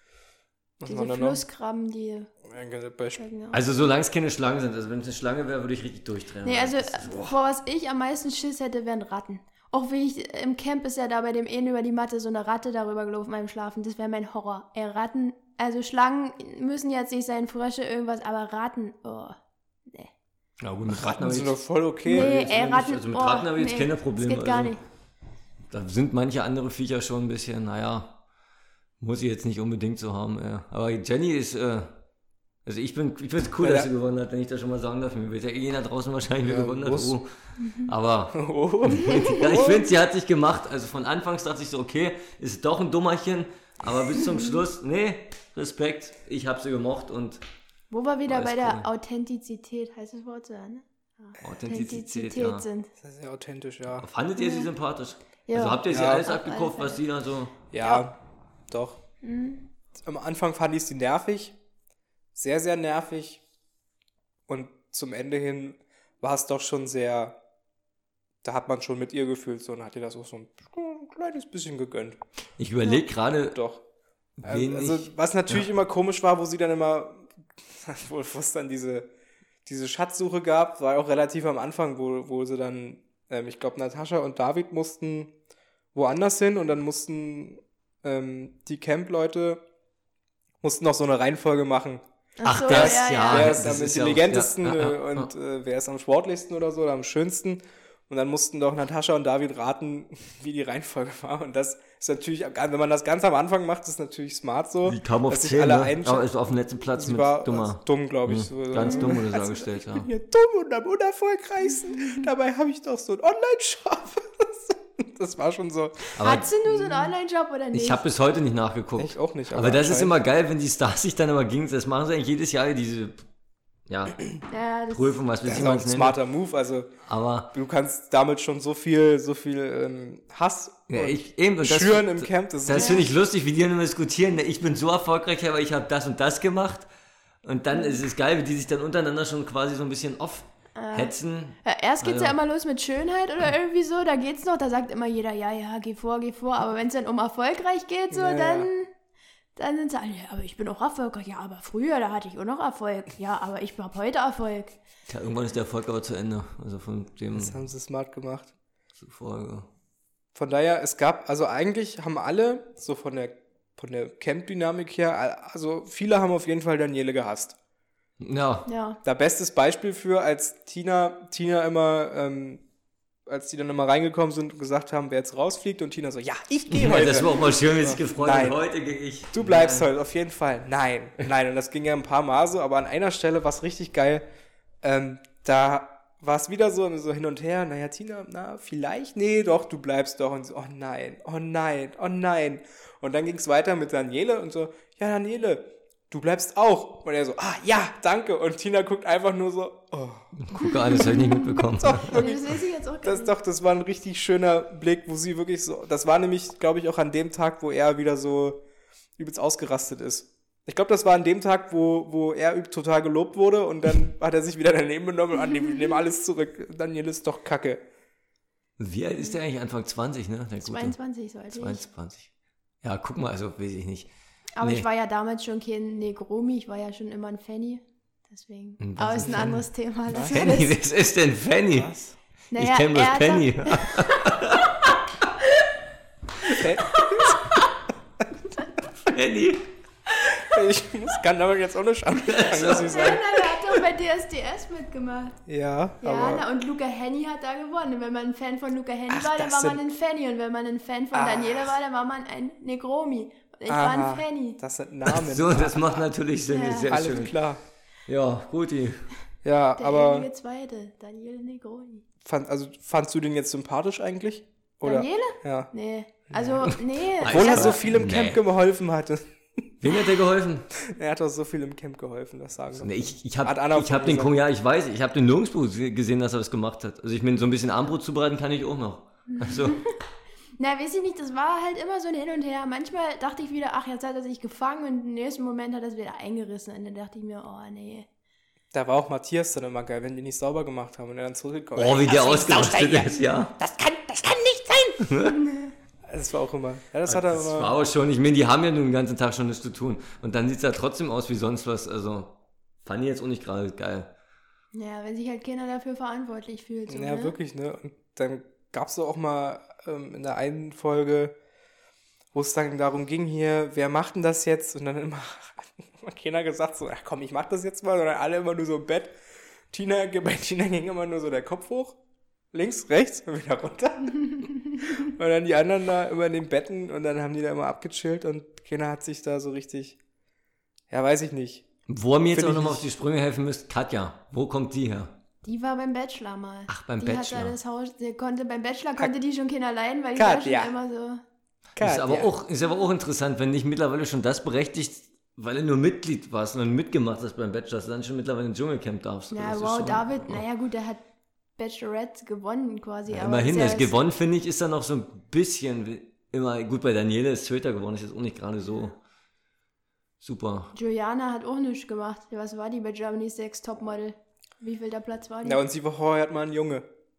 Was Diese waren da noch? Flusskrabben, die... Ja, bei- Ja. Also solange es keine Schlangen sind, also wenn es eine Schlange wäre, würde ich richtig durchdrehen. Nee, also Das ist- äh, vor was ich am meisten Schiss hätte, wären Ratten. Auch wie ich im Camp ist ja da bei dem einen über die Matte so eine Ratte darüber gelaufen beim Schlafen. Das wäre mein Horror. Ey, Ratten, also Schlangen müssen jetzt nicht sein, Frösche, irgendwas, aber Ratten, oh. Nee. Ja gut, mit Ratten, Ratten habe sind ich, doch voll okay. Nee, jetzt ey, nicht- Ratten, also mit oh, Ratten habe ich jetzt nee, keine Probleme. Das geht gar also, nicht. Da sind manche andere Viecher schon ein bisschen, naja, muss ich jetzt nicht unbedingt so haben. Ja. Aber Jenny ist, äh, also ich bin, ich finde es cool, Ja, dass ja. sie gewonnen hat, wenn ich das schon mal sagen darf. Mir wird ja eh jeder draußen wahrscheinlich wer Ja, gewonnen hat. muss. Oh. Aber Oh. ja, ich finde, sie hat sich gemacht. Also von Anfangs dachte ich so, okay, ist doch ein Dummerchen. Aber bis zum Schluss, nee, Respekt, ich habe sie gemocht und Wo wir wieder Alles bei der cool. Authentizität, heißt das Wort so, ne? Authentizität, ja. sind. Das ist sehr authentisch, ja. Fandet ihr sie sympathisch? Ja. Also habt ihr sie Ja. alles Auf abgekauft, alle was sie da so... Ja, doch. Am Anfang fand ich sie nervig. Sehr, sehr nervig. Und zum Ende hin war es doch schon sehr... Da hat man schon mit ihr gefühlt so und hat ihr das auch so ein, ein kleines bisschen gegönnt. Ich überlege gerade, Doch. wen Also, ich... was natürlich immer komisch war, wo sie dann immer, wo wo es dann diese, diese Schatzsuche gab, war auch relativ am Anfang, wo, wo sie dann, ähm, ich glaube, Natascha und David mussten woanders hin und dann mussten ähm, die Camp-Leute mussten noch so eine Reihenfolge machen. Ach, so, das, ja, ja. wer das ist am ist ja auch- intelligentesten ja, ja, äh, ja. und äh, wer ist am sportlichsten oder so oder am schönsten. Und dann mussten doch Natascha und David raten, wie die Reihenfolge war. Und das ist natürlich, wenn man das ganz am Anfang macht, ist natürlich smart so. Die kam auf dass sich zehn, alle ne? einsch- Aber ist auf dem letzten Platz Sie mit war Dummer. dumm, glaube ich. Hm, So. Ganz dumm wurde sie Also, dargestellt, ich ja. bin hier dumm und am unerfolgreichsten. Dabei habe ich doch so einen Online-Shop. Das war schon so. Aber Hat sie nur so einen Online-Shop oder nicht? ich habe bis heute nicht nachgeguckt. Ich auch nicht. Aber das ist anscheinend- immer geil, wenn die Stars sich dann immer gegen... Das machen sie eigentlich jedes Jahr, diese ja, ja, das Prüfung, was will Das ich ist auch mal ein nennen. smarter Move. Also, Aber du kannst damit schon so viel, so viel ähm, Hass ja, und ich, eben, und das, schüren im Camp. Das, das ist finde ich lustig, wie die dann immer diskutieren. Ich bin so erfolgreich, aber ich habe das und das gemacht. Und dann ist es geil, wie die sich dann untereinander schon quasi so ein bisschen off-hetzen. Ja, erst geht's Also- ja immer los mit Schönheit oder irgendwie so, da geht's noch, da sagt immer jeder, ja, ja, geh vor, geh vor, aber wenn es dann um erfolgreich geht, so, Ja, dann, ja. dann sind sie alle, ja, aber ich bin auch erfolgreich, ja, aber früher, da hatte ich auch noch Erfolg, ja, aber ich habe heute Erfolg. Ja, irgendwann ist der Erfolg aber zu Ende. Also von dem das haben sie smart gemacht. zuvor. Von daher, es gab, also eigentlich haben alle, so von der, von der Camp-Dynamik her, also viele haben auf jeden Fall Daniele gehasst. Ja, Ja, Da bestes Beispiel für, als Tina, Tina immer, ähm, als die dann immer reingekommen sind und gesagt haben, wer jetzt rausfliegt und Tina so, ja, ich gehe ja heute. das war auch mal schön, wie sich gefreut hat. Nein. Heute gehe ich. Du bleibst heute, auf jeden Fall. Nein, nein. Und das ging ja ein paar Mal so, aber an einer Stelle war es richtig geil. Ähm, da war es wieder so, so hin und her, naja, Tina, na, vielleicht, nee, doch, du bleibst doch. Und so, oh nein, oh nein, oh nein. Und dann ging es weiter mit Daniele und so, ja, Daniele, du bleibst auch. Und er so, ah, ja, danke. Und Tina guckt einfach nur so, oh. Guck an, das habe ich nicht mitbekommen. Doch, Also, das weiß ich jetzt auch gar das, nicht. doch, das war ein richtig schöner Blick, wo sie wirklich so, das war nämlich, glaube ich, auch an dem Tag, wo er wieder so übelst ausgerastet ist. Ich glaube, das war an dem Tag, wo, wo er üb- total gelobt wurde und dann hat er sich wieder daneben genommen und an dem, wir nehmen alles zurück. Daniel ist doch kacke. Wie alt ist der eigentlich? Anfang zwanzig, ne? Der Gute. zweiundzwanzig sollte ich. zweiundzwanzig. Ja, guck mal, also weiß ich nicht. Aber Nee. ich war ja damals schon kein Negromi, ich war ja schon immer ein Fanny. Deswegen. Und was Aber ist ist ein Fanny? anderes Thema. Das ist Fanny, alles- was ist denn Fanny? Was? Naja, ich kenne bloß er hat Penny. Hä? Fanny. Ich muss, kann damit jetzt auch nicht anfangen, muss ich Ja, sagen. na, der hat doch bei D S D S mitgemacht. Ja, Ja, aber na, und Luca Henny hat da gewonnen. Und wenn man ein Fan von Luca Henny Ach, war, dann das war man sind- ein Fanny. Und wenn man ein Fan von Ah. Daniela war, dann war man ein Negromi. Und ich war aha, ein Fanny. das sind Namen. So, das macht natürlich Sinn, Ja. ist sehr Alles schön. klar. Ja, guti. Ja, Der aber ewige Zweite, Daniele Negroni. fand, also, fandst du den jetzt sympathisch eigentlich? Oder? Daniele? Ja. Nee. Also, nee. Obwohl er Aber- so viel im nee. Camp geholfen hatte. Wem hat der geholfen? Er hat doch so viel im Camp geholfen, das sagen doch. Nee, ich ich Hat habe Anna ich hab von den gesagt. Kong, ja, ich weiß, ich habe den nirgendwo gesehen, dass er das gemacht hat. Also ich meine, so ein bisschen Armbrot zubereiten kann ich auch noch. Also, Na, weiß ich nicht, das war halt immer so ein Hin und Her. Manchmal dachte ich wieder, ach, jetzt hat er sich gefangen und im nächsten Moment hat er es wieder eingerissen. Und dann dachte ich mir, oh, nee. Da war auch Matthias dann immer geil, wenn die nicht sauber gemacht haben und er dann zurückgekommen oh, wie ist. der ausgerastet ist, ja. Das kann, das kann nicht sein! Das war auch immer. Ja, das hat er Das war immer. auch schon, ich meine, die haben ja nun den ganzen Tag schon nichts zu tun. Und dann sieht es ja trotzdem aus wie sonst was. Also, fand ich jetzt auch nicht gerade geil. Ja, wenn sich halt keiner dafür verantwortlich fühlt. So, Ja, ne? wirklich, ne? Und dann gab es auch mal ähm, in der einen Folge, wo es dann darum ging hier, wer macht denn das jetzt? Und dann immer hat keiner gesagt so, ach komm, ich mach das jetzt mal, sondern alle immer nur so im Bett. Tina, bei Tina ging immer nur so der Kopf hoch, links, rechts und wieder runter. Und dann die anderen da immer in den Betten und dann haben die da immer abgechillt und keiner hat sich da so richtig, ja, weiß ich nicht. Wo ihr mir jetzt Find auch ich nochmal auf nicht- die Sprünge helfen müsst, Katja, wo kommt die her? Die war beim Bachelor mal. Ach, beim die Bachelor. Hat da das Haus, die konnte, beim Bachelor konnte die schon keiner leihen, weil die war schon Katja. immer so. Ist aber, Katja. auch, ist aber auch interessant, wenn nicht mittlerweile schon das berechtigt, weil du nur Mitglied warst und dann mitgemacht hast beim Bachelor, dass du dann schon mittlerweile ins Dschungelcamp darfst. Ja, Das ist wow, schon- David, naja gut, der hat Bachelorette gewonnen quasi. Ja, aber immerhin, ist das ja- gewonnen, finde ich, ist dann noch so ein bisschen wie- immer, gut, bei Daniele ist Zweiter geworden, ist jetzt auch nicht gerade so super. Juliana hat auch nichts gemacht. Was war die bei Germany's Next Topmodel? Wie viel der Platz war die? Ja, und sie war vorher hat mal ein Junge.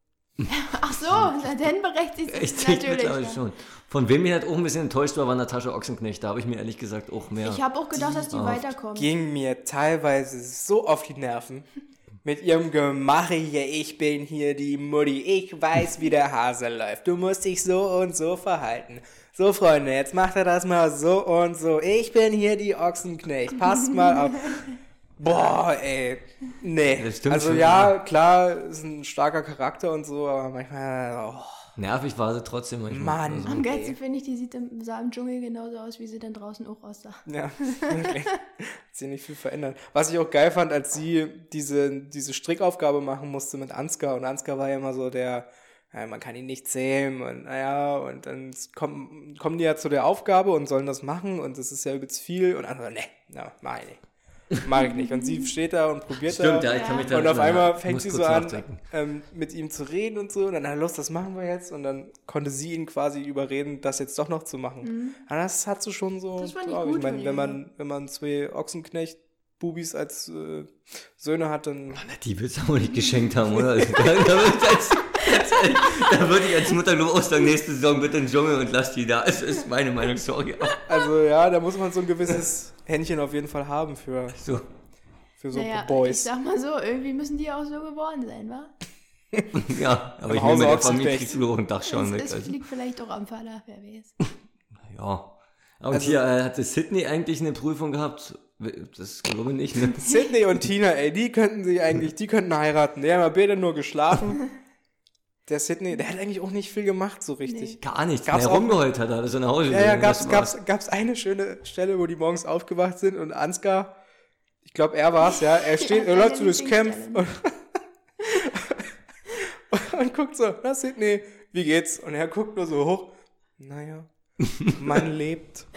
Ach so, na, dann berechtigt sich Echt, das ich natürlich. mittlerweile Ja. schon. Von wem ich halt auch ein bisschen enttäuscht war, war Natascha Ochsenknecht. Da habe ich mir ehrlich gesagt auch mehr. Ich habe auch gedacht, dass die Oft. weiterkommt. Ging mir teilweise so auf die Nerven. Mit ihrem Gemache hier, ich bin hier die Mutti, ich weiß, wie der Hase läuft. Du musst dich so und so verhalten. So, Freunde, jetzt macht er das mal so und so. Ich bin hier die Ochsenknecht. Passt mal auf. Boah, ey. Nee. Das stimmt also schon, ja, klar, ist ein starker Charakter und so, aber manchmal, oh, Nervig war sie trotzdem manchmal. Mann. Also, Am geilsten finde ich, die sieht im, sah im Dschungel genauso aus, wie sie dann draußen auch aussah. ja, wirklich. Hat sich nicht viel verändert. Was ich auch geil fand, als sie diese, diese Strickaufgabe machen musste mit Ansgar, und Ansgar war ja immer so der, ja, man kann ihn nicht zähmen und naja, und dann kommen, kommen die ja zu der Aufgabe und sollen das machen und das ist ja übelst viel und andere, ne, na, mach ich nicht. Mach ich nicht. Und sie steht da und probiert Stimmt, da. ja, ich kann mich da Und auf erinnern, einmal ja. fängt Muss sie kurz so an, nachdenken. ähm, mit ihm zu reden und so. Und dann, los, das machen wir jetzt. Und dann konnte sie ihn quasi überreden, das jetzt doch noch zu machen. Aber das hat sie schon so Das fand ich drauf. gut Ich meine, von wenn ihr. man, wenn man zwei Ochsenknecht-Bubis als äh, Söhne hat, dann. die willst du auch nicht geschenkt haben, oder? Also, da, da würde ich als, da würde ich als Mutter nur auch sagen, nächste Saison bitte in den Dschungel und lass die da. Das ist meine Meinung, sorry. Also ja, da muss man so ein gewisses Händchen auf jeden Fall haben für, So. für so naja, ich Boys. sag mal so, irgendwie müssen die auch so geboren sein, wa? Ja, aber Im ich Hause nehme mit der Ochsenknecht. Familie kriegst du auch einen Dach schon Es, weg. es Also. fliegt vielleicht auch am Vater, wer weiß. Ja. Und Also- hier äh, hatte Sydney eigentlich eine Prüfung gehabt. Das glaube ich nicht, ne? Sydney und Tina, ey, die könnten sich eigentlich, die könnten heiraten. Die haben ja beide nur geschlafen. Der Sydney, der hat eigentlich auch nicht viel gemacht, so richtig. Gar nichts. Gab's Mehr auch- rumgeheult hat er, alles in der Hause. Ja, ja, gegangen, gab's, das war's. gab's, gab's eine schöne Stelle, wo die morgens aufgewacht sind und Ansgar, ich glaube, er war's, ja, er steht, Ja, er läuft seine zu das Camp Lieblingsstelle, und, und guckt so, na Sydney, wie geht's? Und er guckt nur so hoch, naja, man lebt.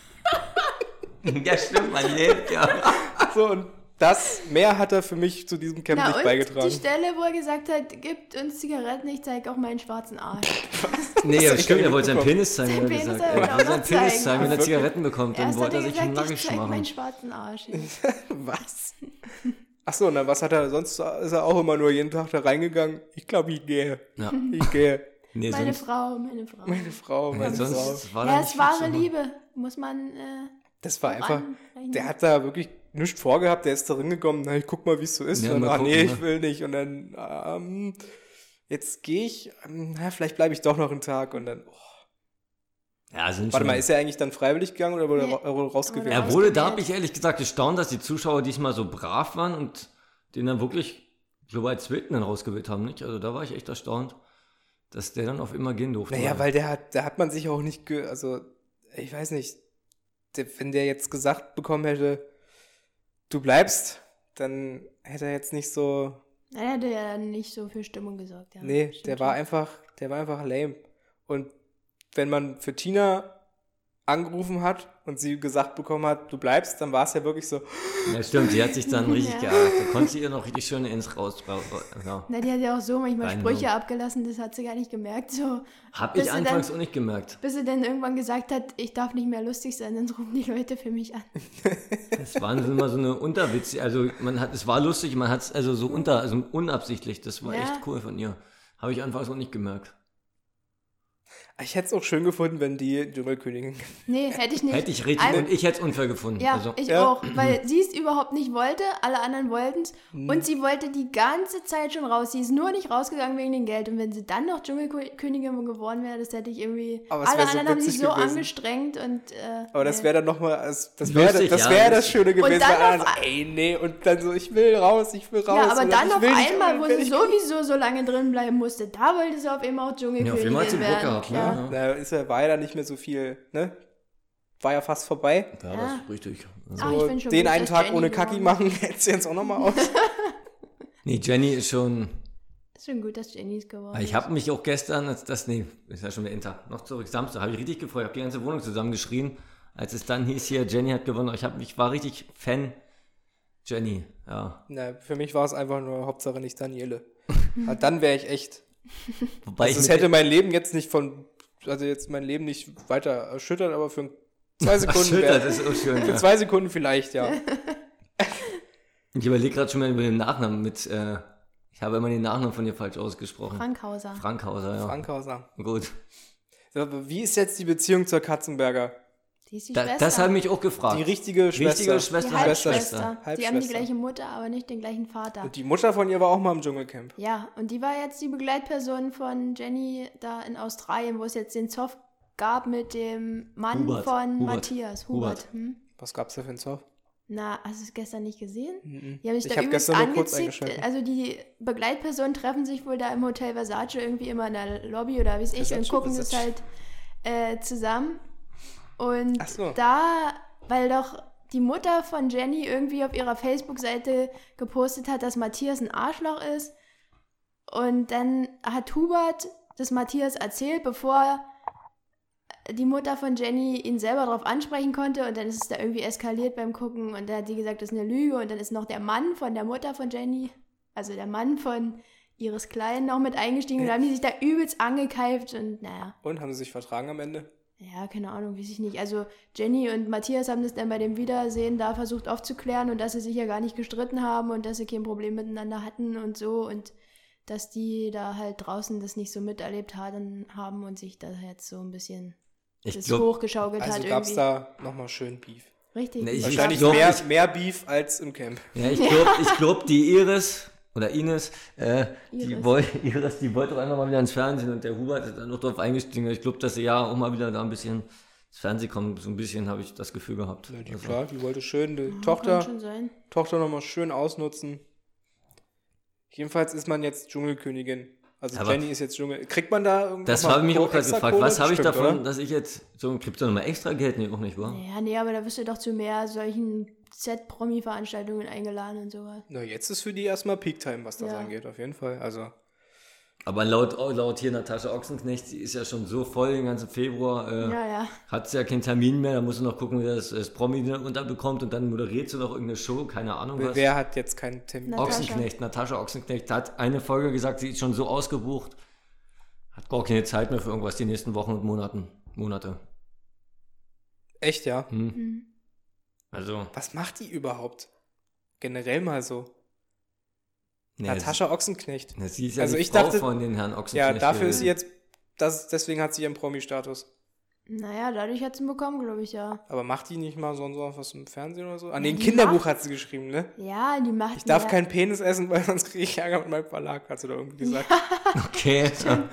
Ja, stimmt, man lebt, ja. So, und das, mehr hat er für mich zu diesem Camp Na, nicht und beigetragen. die Stelle, wo er gesagt hat, gibt uns Zigaretten, ich zeige auch meinen schwarzen Arsch. Nee, Das das stimmt, hab ich er wollte seinen mitbekommen. Penis zeigen, Sein hat er Penis gesagt. wollte Er er wollte auch seinen noch Penis zeigen. zeigen, wenn er Wirklich? Zigaretten bekommt, dann Erst hat wollte er er sich schon gesagt, ich nackig zeige meinen machen. schwarzen Arsch. Was? Achso, na, was hat er, sonst ist er auch immer nur jeden Tag da reingegangen. Ich glaube, ich gehe. Ja. Ich gehe. Nee, Meine sonst, Frau, meine Frau. Meine Frau, meine ja, Frau. sonst war da Ja, nicht es viel wahre zu machen. Liebe, muss man äh, Das war einfach, voranbringen. der hat da wirklich nichts vorgehabt, der ist da hingekommen, na, ich guck mal, wie es so ist. Ja, und dann, mal ach nee, gucken, ich ne? will nicht. Und dann, ähm, jetzt gehe ich, ähm, na, vielleicht bleibe ich doch noch einen Tag. Und dann, oh. Ja, sind Warte schon. mal, ist er eigentlich dann freiwillig gegangen oder wurde Nee. er ra- rausgewählt? Er Oder wurde, da ausgewählt. habe ich ehrlich gesagt gestaunt, dass die Zuschauer diesmal so brav waren und den dann wirklich, ich glaube, als Zweiten dann rausgewählt haben, nicht? Also da war ich echt erstaunt, dass der dann auf immer gehen durfte. Naja, weil der hat, da hat man sich auch nicht, ge also, ich weiß nicht, der, wenn der jetzt gesagt bekommen hätte, du bleibst, dann hätte er jetzt nicht so, Er hätte ja dann nicht so für Stimmung gesorgt. Ja. nee, Stimmt der war schon. einfach, der war einfach lame. Und wenn man für Tina angerufen hat und sie gesagt bekommen hat, du bleibst, dann war es ja wirklich so, Ja, stimmt, die hat sich dann richtig Ja. geärgert. Da konnte sie ihr noch richtig schön ins raus. raus ja. Na, die hat ja auch so manchmal Rein Sprüche so. abgelassen, das hat sie gar nicht gemerkt. So, Hab Bis ich sie anfangs dann- auch nicht gemerkt. bis sie dann irgendwann gesagt hat, ich darf nicht mehr lustig sein, dann rufen die Leute für mich an. Es waren so immer so eine Unterwitze. Also man hat, es war lustig, man hat es also so unter, also unabsichtlich. Das war Ja. echt cool von ihr. Habe ich anfangs auch nicht gemerkt. ich hätte es auch schön gefunden, wenn die Dschungelkönigin, Nee, hätte ich nicht. Hätte ich richtig Ein- und ich hätte es unfair gefunden. Ja, also, ich Ja. auch, weil sie es überhaupt nicht wollte, alle anderen wollten es und sie wollte die ganze Zeit schon raus. Sie ist nur nicht rausgegangen wegen dem Geld und wenn sie dann noch Dschungelkönigin geworden wäre, das hätte ich irgendwie... Aber es alle wär so anderen haben sich witzig so gewesen. angestrengt und... Äh, aber das nee. wäre dann nochmal, das wäre Lustig, das, ja, wär das lustig. Schöne gewesen, dann weil alle auf so, ey, nee, und dann so, ich will raus, ich will raus. Ja, aber und dann ich auf will nicht, einmal, und wo will sie nicht. sowieso so lange drin bleiben musste, da wollte sie auf einmal auch ja, auf jeden Fall Dschungelkönigin hat sie Bock werden. gehabt. Ja. Ja, ja. Da ist ja, war ja dann nicht mehr so viel, ne? War ja fast vorbei. Ja, Ja. das ist richtig. Also, Ach, ich So, find schon den gut, einen dass Tag Jenny ohne Kacki geworden machen, hältst du jetzt auch nochmal aus. nee, Jenny ist schon. Ist schon gut, dass Jenny es geworden Ich habe mich auch gestern, als das, nee, ist ja schon der Tag, noch zurück, Samstag, habe ich richtig gefreut, habe die ganze Wohnung zusammengeschrien, als es dann hieß hier, Jenny hat gewonnen. Ich, hab, ich war richtig Fan Jenny, ja. Na, für mich war es einfach nur Hauptsache nicht Daniele. Ja, dann wäre ich echt. Wobei Also ich es mit- hätte mein Leben jetzt nicht von, also jetzt mein Leben nicht weiter erschüttert, aber für zwei Sekunden Erschüttert wär, ist auch schön, für ja. zwei Sekunden vielleicht, ja. Ich überlege gerade schon mal über den Nachnamen mit, äh, ich habe immer den Nachnamen von ihr falsch ausgesprochen. Frankhauser. Frankhauser, ja. Frankhauser. Gut. So, aber wie ist jetzt die Beziehung zur Katzenberger? Die ist die Da, Schwester. das hat mich auch gefragt. Die richtige Schwester. Richtige die Schwester, Halbschwester. Halbschwester. Die haben die Halbschwester. gleiche Mutter, aber nicht den gleichen Vater. Und die Mutter von ihr war auch mal im Dschungelcamp. Ja, und die war jetzt die Begleitperson von Jenny da in Australien, wo es jetzt den Zoff gab mit dem Mann Hubert. von Hubert. Matthias. Hubert. Hubert. Hm? Was gab's da für einen Zoff? Na, hast du es gestern nicht gesehen? Mhm. Die haben sich Ich da hab übelst gestern nur kurz angezickt. eingeschaltet. Also die Begleitpersonen treffen sich wohl da im Hotel Versace irgendwie immer in der Lobby oder wie es ich und Versace, gucken das Versace. halt äh, zusammen. Und Ach so. da, weil doch die Mutter von Jenny irgendwie auf ihrer Facebook-Seite gepostet hat, dass Matthias ein Arschloch ist. Und dann hat Hubert das Matthias erzählt, bevor die Mutter von Jenny ihn selber darauf ansprechen konnte. Und dann ist es da irgendwie eskaliert beim Gucken. Und dann hat sie gesagt, das ist eine Lüge. Und dann ist noch der Mann von der Mutter von Jenny, also der Mann von Iris Klein, noch mit eingestiegen. Und da haben die sich da übelst angekeift. Und naja. Und haben sie sich vertragen am Ende? Ja, keine Ahnung, weiß ich nicht. Also Jenny und Matthias haben das dann bei dem Wiedersehen da versucht aufzuklären und dass sie sich ja gar nicht gestritten haben und dass sie kein Problem miteinander hatten und so und dass die da halt draußen das nicht so miterlebt haben, haben und sich da jetzt so ein bisschen Ich das glaube, hochgeschaukelt Also hat gab's irgendwie. da nochmal schön Beef. Richtig. Nee, ich- Wahrscheinlich glaub, mehr, ich- mehr Beef als im Camp. ja, ich glaube, ich glaub, die Iris oder Ines, äh, die, Iris. woll, Iris, die wollte auch einfach mal wieder ins Fernsehen und der Hubert ist dann noch drauf eingestiegen. Ich glaube, dass sie ja auch mal wieder da ein bisschen ins Fernsehen kommen. So ein bisschen habe ich das Gefühl gehabt. Ja, die, Also, klar, die wollte schön die Kann Tochter, schon sein. Tochter nochmal schön ausnutzen. Jedenfalls ist man jetzt Dschungelkönigin. Also Aber Jenny ist jetzt Dschungel. Kriegt man da irgendwas? Das habe ich mich auch gerade extra gefragt. Kohle? Was habe ich Bestimmt, davon, oder? dass ich jetzt so kriegt ihr nochmal extra Geld? Nee, auch nicht, wahr? Ja, nee, aber da wirst du doch zu mehr solchen Z-Promi-Veranstaltungen eingeladen und sowas. Na, jetzt ist für die erstmal Peak-Time, was das Ja. angeht, auf jeden Fall. Also, Aber laut, laut hier Natascha Ochsenknecht, sie ist ja schon so voll den ganzen Februar, äh, Ja, ja. hat sie ja keinen Termin mehr, da muss sie noch gucken, wie das, das Promi unterbekommt und dann moderiert sie noch irgendeine Show, keine Ahnung Wer, was. wer hat jetzt keinen Termin? Natascha. Ochsenknecht, Natascha Ochsenknecht hat eine Folge gesagt, sie ist schon so ausgebucht, hat gar keine Zeit mehr für irgendwas die nächsten Wochen und Monaten, Monate. Echt, ja? Hm. Mhm. Also, Was macht die überhaupt? Generell mal so. nee, Natascha Ochsenknecht. Sie, sie ist ja Also die ich Frau dachte- von den Herrn Ochsenknecht. Ja, dafür ist gewesen. sie jetzt, das, deswegen hat sie ihren Promi-Status. Naja, dadurch hat sie ihn bekommen, glaube ich, ja. Aber macht die nicht mal so und so was im Fernsehen oder so? Ah, nee, ein die Kinderbuch macht- hat sie geschrieben, ne? Ja, die macht... Ich darf ja, keinen Penis essen, weil sonst kriege ich Ärger mit meinem Verlag, hat sie da irgendwie gesagt. Okay.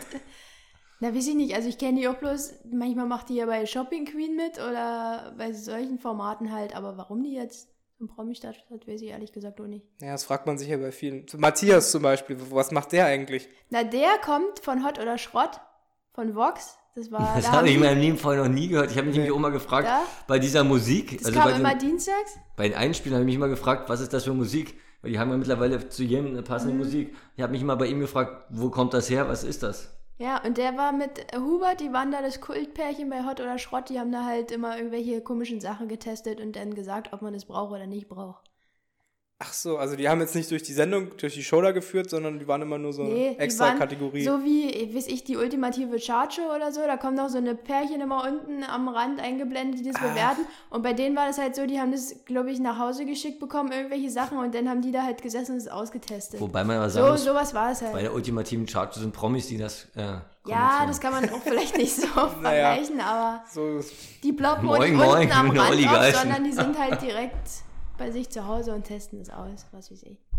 Na, weiß ich nicht. Also ich kenne die auch bloß... Manchmal macht die ja bei Shopping Queen mit oder bei solchen Formaten halt. Aber warum die jetzt im Promi-Status hat, weiß ich ehrlich gesagt auch nicht. Ja, das fragt man sich ja bei vielen. Matthias zum Beispiel, was macht der eigentlich? Na, der kommt von Hot oder Schrott, von Vox. Das war... Das da habe haben ich in die- meinem Leben vorher noch nie gehört. Ich habe mich Nee. nämlich auch mal gefragt, Ja? bei dieser Musik, Das also kam bei immer den, dienstags. bei den Einspielen habe ich mich immer gefragt, was ist das für Musik? Weil die haben ja mittlerweile zu jedem eine passende Mhm. Musik. Ich habe mich immer bei ihm gefragt, wo kommt das her, was ist das? Ja, und der war mit Hubert, die waren da das Kultpärchen bei Hot oder Schrott, die haben da halt immer irgendwelche komischen Sachen getestet und dann gesagt, ob man das braucht oder nicht braucht. Ach so, also die haben jetzt nicht durch die Sendung, durch die Show da geführt, sondern die waren immer nur so Nee, eine die extra waren Kategorie. So wie, weiß ich, die ultimative Chartshow oder so, da kommen noch so eine Pärchen immer unten am Rand eingeblendet, die das Ah. bewerten. Und bei denen war das halt so, die haben das, glaube ich, nach Hause geschickt bekommen, irgendwelche Sachen, und dann haben die da halt gesessen und es ausgetestet. Wobei man aber sagen So, muss, sowas war es bei halt. der ultimativen Chart sind Promis, die das äh, Ja, kommentieren. das kann man auch vielleicht nicht so Naja. vergleichen, aber So, die ploppen Moin, nicht moin, unten am ich bin der Rand Olli auf, Geißen. sondern die sind halt direkt bei sich zu Hause und testen es aus, was weiß ich.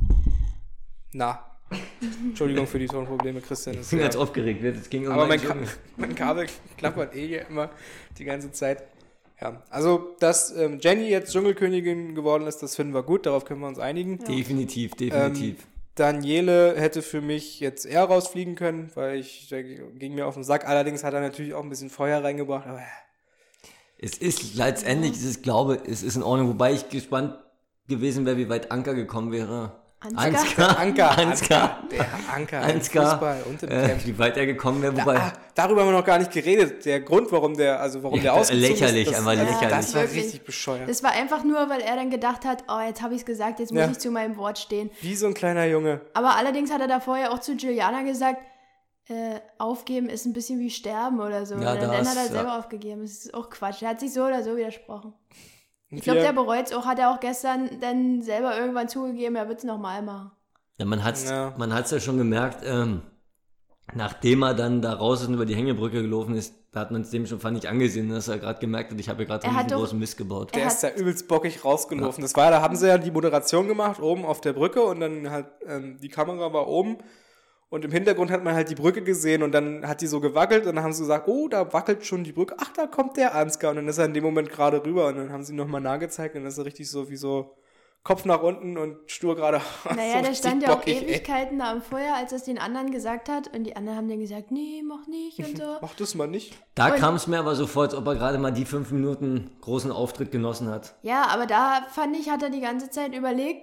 na. Entschuldigung für die Tonprobleme, Christian. Ich Ist bin ja, ganz aufgeregt, es ging um aber mein, meinen Ka Dschungel. mein Kabel klappert eh hier immer die ganze Zeit. Ja, also, dass ähm, Jenny jetzt Dschungelkönigin geworden ist, das finden wir gut, darauf können wir uns einigen. Definitiv, definitiv. Ähm, Daniele hätte für mich jetzt eher rausfliegen können, weil ich, der ging mir auf den Sack. Allerdings hat er natürlich auch ein bisschen Feuer reingebracht, aber Es ist letztendlich, es ist, glaube es ist in Ordnung, wobei ich gespannt gewesen wäre, wie weit Anker gekommen wäre. Ansgar? Anker, Ansgar. der Anker, im Ansgar, Fußball und im äh, Camp. wie weit er gekommen wäre, Da, wobei ah, darüber haben wir noch gar nicht geredet. Der Grund, warum der, also warum Ja, der ausgezogen lächerlich, ist, das, einfach das, lächerlich. das war Wirklich. richtig bescheuert. Das war einfach nur, weil er dann gedacht hat, oh, jetzt habe ich es gesagt, jetzt muss Ja. ich zu meinem Wort stehen. Wie so ein kleiner Junge. Aber allerdings hat er da vorher auch zu Juliana gesagt, äh, aufgeben ist ein bisschen wie sterben oder so. Ja, und dann, dann das, hat er ja. selber aufgegeben. Das ist auch Quatsch. Er hat sich so oder so widersprochen. Und Ich glaube, wir- der bereut es auch. Hat er auch gestern dann selber irgendwann zugegeben, er wird es nochmal machen. ja, man hat es Ja. man hat's ja schon gemerkt, ähm, nachdem er dann da raus ist und über die Hängebrücke gelaufen ist, da hat man es dem schon, fand ich, angesehen, dass er gerade gemerkt hat, ich habe ja gerade Er einen hat doch- großen Mist gebaut. Der Er ist da übelst bockig rausgelaufen. Das war, da haben sie ja die Moderation gemacht, oben auf der Brücke und dann halt, ähm, die Kamera war oben und im Hintergrund hat man halt die Brücke gesehen und dann hat die so gewackelt und dann haben sie gesagt, oh, da wackelt schon die Brücke. Ach, da kommt der Ansgar und dann ist er in dem Moment gerade rüber und dann haben sie nochmal nah gezeigt und dann ist er richtig so wie so Kopf nach unten und stur gerade. Naja, so der richtig stand ja auch bockig, ey. Ewigkeiten da am Feuer, als er es den anderen gesagt hat. Und die anderen haben dann gesagt, nee, mach nicht und so. Mach das mal nicht. Da Und- kam es mir aber so vor, als ob er gerade mal die fünf Minuten großen Auftritt genossen hat. Ja, aber da fand ich, hat er die ganze Zeit überlegt,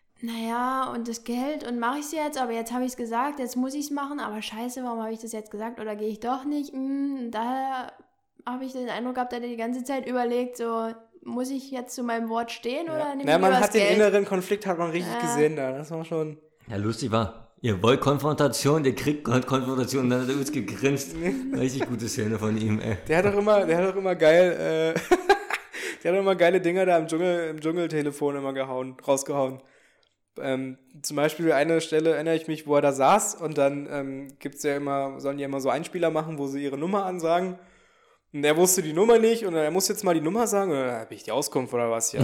naja, und das Geld, und mache ich es jetzt, aber jetzt habe ich es gesagt, jetzt muss ich es machen, aber scheiße, warum habe ich das jetzt gesagt oder gehe ich doch nicht? Hm, daher habe ich den Eindruck gehabt, dass er die ganze Zeit überlegt, so, muss ich jetzt zu meinem Wort stehen oder Ja. nehme Na, ich man lieber hat das den Geld? inneren Konflikt hat man richtig Ja. gesehen da. Das war schon. Ja, lustig war, ihr wollt Konfrontation, der kriegt Konfrontation, und dann hat er uns gegrinst. Richtig gute Szene von ihm, ey. Der hat doch immer, der hat doch immer geil, äh, der hat doch immer geile Dinger da im Dschungel, im Dschungeltelefon immer gehauen, rausgehauen. Ähm, zum Beispiel eine Stelle erinnere ich mich, wo er da saß und dann ähm, gibt's ja immer, sollen die ja immer so Einspieler machen, wo sie ihre Nummer ansagen. Und er wusste die Nummer nicht und er muss jetzt mal die Nummer sagen. Und dann habe ich die Auskunft oder was? Ja.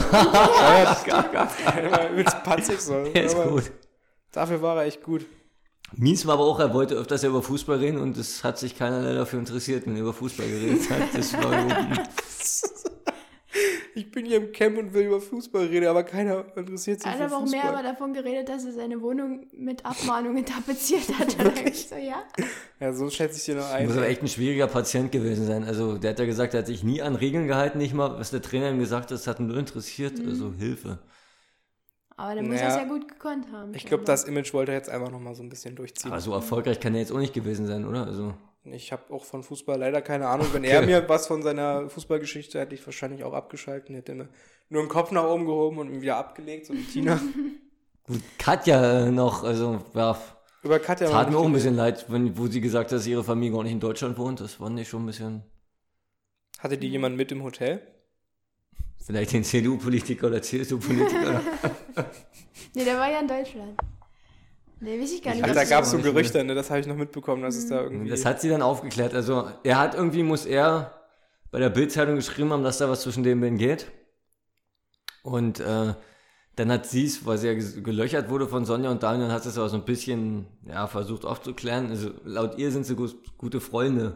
Ja, übelst patzig so. Der ist Aber gut. Dafür war er echt gut. Mies war aber auch, er wollte öfters über Fußball reden und es hat sich keiner dafür interessiert, wenn er über Fußball geredet hat. Das war irgendwie- Ich bin hier im Camp und will über Fußball reden, aber keiner interessiert sich Er hat für aber auch Fußball. mehr aber davon geredet, dass er seine Wohnung mit Abmahnungen tapeziert hat. Und dann denk ich so, ja. Ja, so schätze ich dir noch ein. muss aber echt ein schwieriger Patient gewesen sein. Also der hat ja gesagt, er hat sich nie an Regeln gehalten, nicht mal, was der Trainer ihm gesagt hat, das hat ihn nur interessiert. Mhm. Also Hilfe. aber der muss Naja, das ja gut gekonnt haben. Ich glaube, das Image wollte er jetzt einfach nochmal so ein bisschen durchziehen. Aber so erfolgreich kann er jetzt auch nicht gewesen sein, oder? Also Ich habe auch von Fußball leider keine Ahnung. Wenn er mir was von seiner Fußballgeschichte hätte ich wahrscheinlich auch abgeschalten, hätte mir nur den Kopf nach oben gehoben und ihn wieder abgelegt, so wie Tina. gut, Katja äh, noch, also ja, Über Katja tat war mir auch ein nicht- bisschen leid, wenn, wo sie gesagt hat, dass ihre Familie gar nicht in Deutschland wohnt. Das fand ich schon ein bisschen, Hatte die jemand mit im Hotel? vielleicht den C D U-Politiker oder C S U-Politiker. Nee, der war ja in Deutschland. Nee, weiß ich gar nicht. Ich Ach, ob da das gab es so- so Gerüchte, ne? Das habe ich noch mitbekommen, dass es da irgendwie... Das hat sie dann aufgeklärt. Also er hat irgendwie, muss er bei der Bild-Zeitung geschrieben haben, dass da was zwischen den beiden geht. Und äh, dann hat sie es, weil sie ja ges- gelöchert wurde von Sonja und Daniel, hat sie es aber so ein bisschen ja, versucht aufzuklären. Also laut ihr sind sie gu- gute Freunde.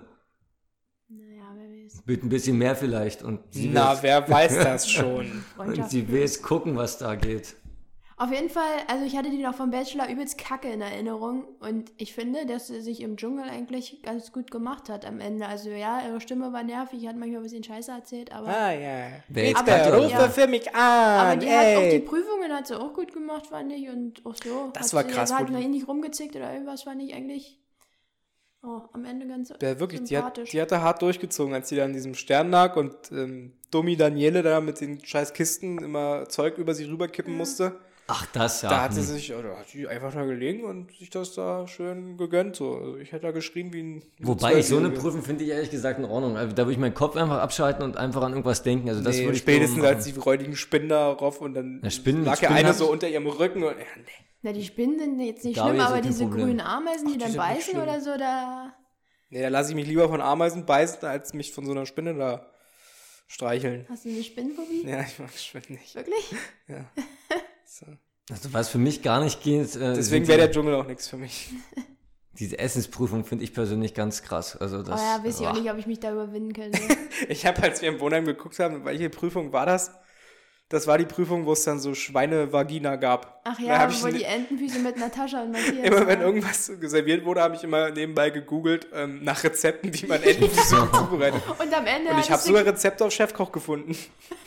Naja, wer weiß. Mit ein bisschen mehr vielleicht. Und sie Na, will- wer weiß das schon? und Freundschaft. sie will jetzt gucken, was da geht. Auf jeden Fall, also ich hatte die noch vom Bachelor übelst kacke in Erinnerung und ich finde, dass sie sich im Dschungel eigentlich ganz gut gemacht hat am Ende. Also ja, ihre Stimme war nervig, hat manchmal ein bisschen Scheiße erzählt, aber, Ah, ja. Wer jetzt Bitte, Katja- rufe Ja. für mich an, aber die hat auch die ey. Prüfungen hat sie auch gut gemacht, fand ich, und auch so. Das hat war sie, krass, wo Hat die- noch nicht rumgezickt oder irgendwas, fand ich eigentlich oh, am Ende ganz Ja, wirklich, die hat, sympathisch. die hat da hart durchgezogen, als sie da an diesem Stern lag und ähm, Domi Daniele da mit den scheiß Kisten immer Zeug über sie rüberkippen musste. Ach, das ja. Da hat sie Hm. sich, oder hat sie einfach da gelegen und sich das da schön gegönnt. So. Also ich hätte da geschrien wie ein wie ein Wobei ich so eine Zwölfjähriger. Prüfung finde ich ehrlich gesagt in Ordnung. Also, da würde ich meinen Kopf einfach abschalten und einfach an irgendwas denken. Also das Nee, würde ich spätestens so machen. als die räudigen Spinnen da rauf und dann Ja, Spinnen- lag ja Spinnen eine hab so ich- unter ihrem Rücken und ja, nee. Na, die Spinnen sind jetzt nicht Da schlimm, hab ich aber jetzt kein diese Problem. grünen Ameisen, die Ach, die dann sind nicht beißen schlimm. oder so, da... Nee, da lasse ich mich lieber von Ameisen beißen, als mich von so einer Spinne da streicheln. Hast du eine Spinnenphobie? Ja, ich mag Spinnen nicht. Wirklich? Ja. So. Also was für mich gar nicht geht. Äh, Deswegen sind wäre die- der Dschungel auch nichts für mich. Diese Essensprüfung finde ich persönlich ganz krass. Also das, Oh ja, weiß ich auch boah. nicht, ob ich mich da überwinden könnte. Ich habe, als wir im Wohnheim geguckt haben, welche Prüfung war das? Das war die Prüfung, wo es dann so Schweinevagina gab. Ach Da ja, hab ich wo ne- die Entenfüße mit Natascha und Matthias Immer wenn waren. irgendwas serviert wurde, habe ich immer nebenbei gegoogelt ähm, nach Rezepten, wie man Entenfüße zubereitet. Und am Ende Und ich habe hattest sogar du, Rezepte auf Chefkoch gefunden.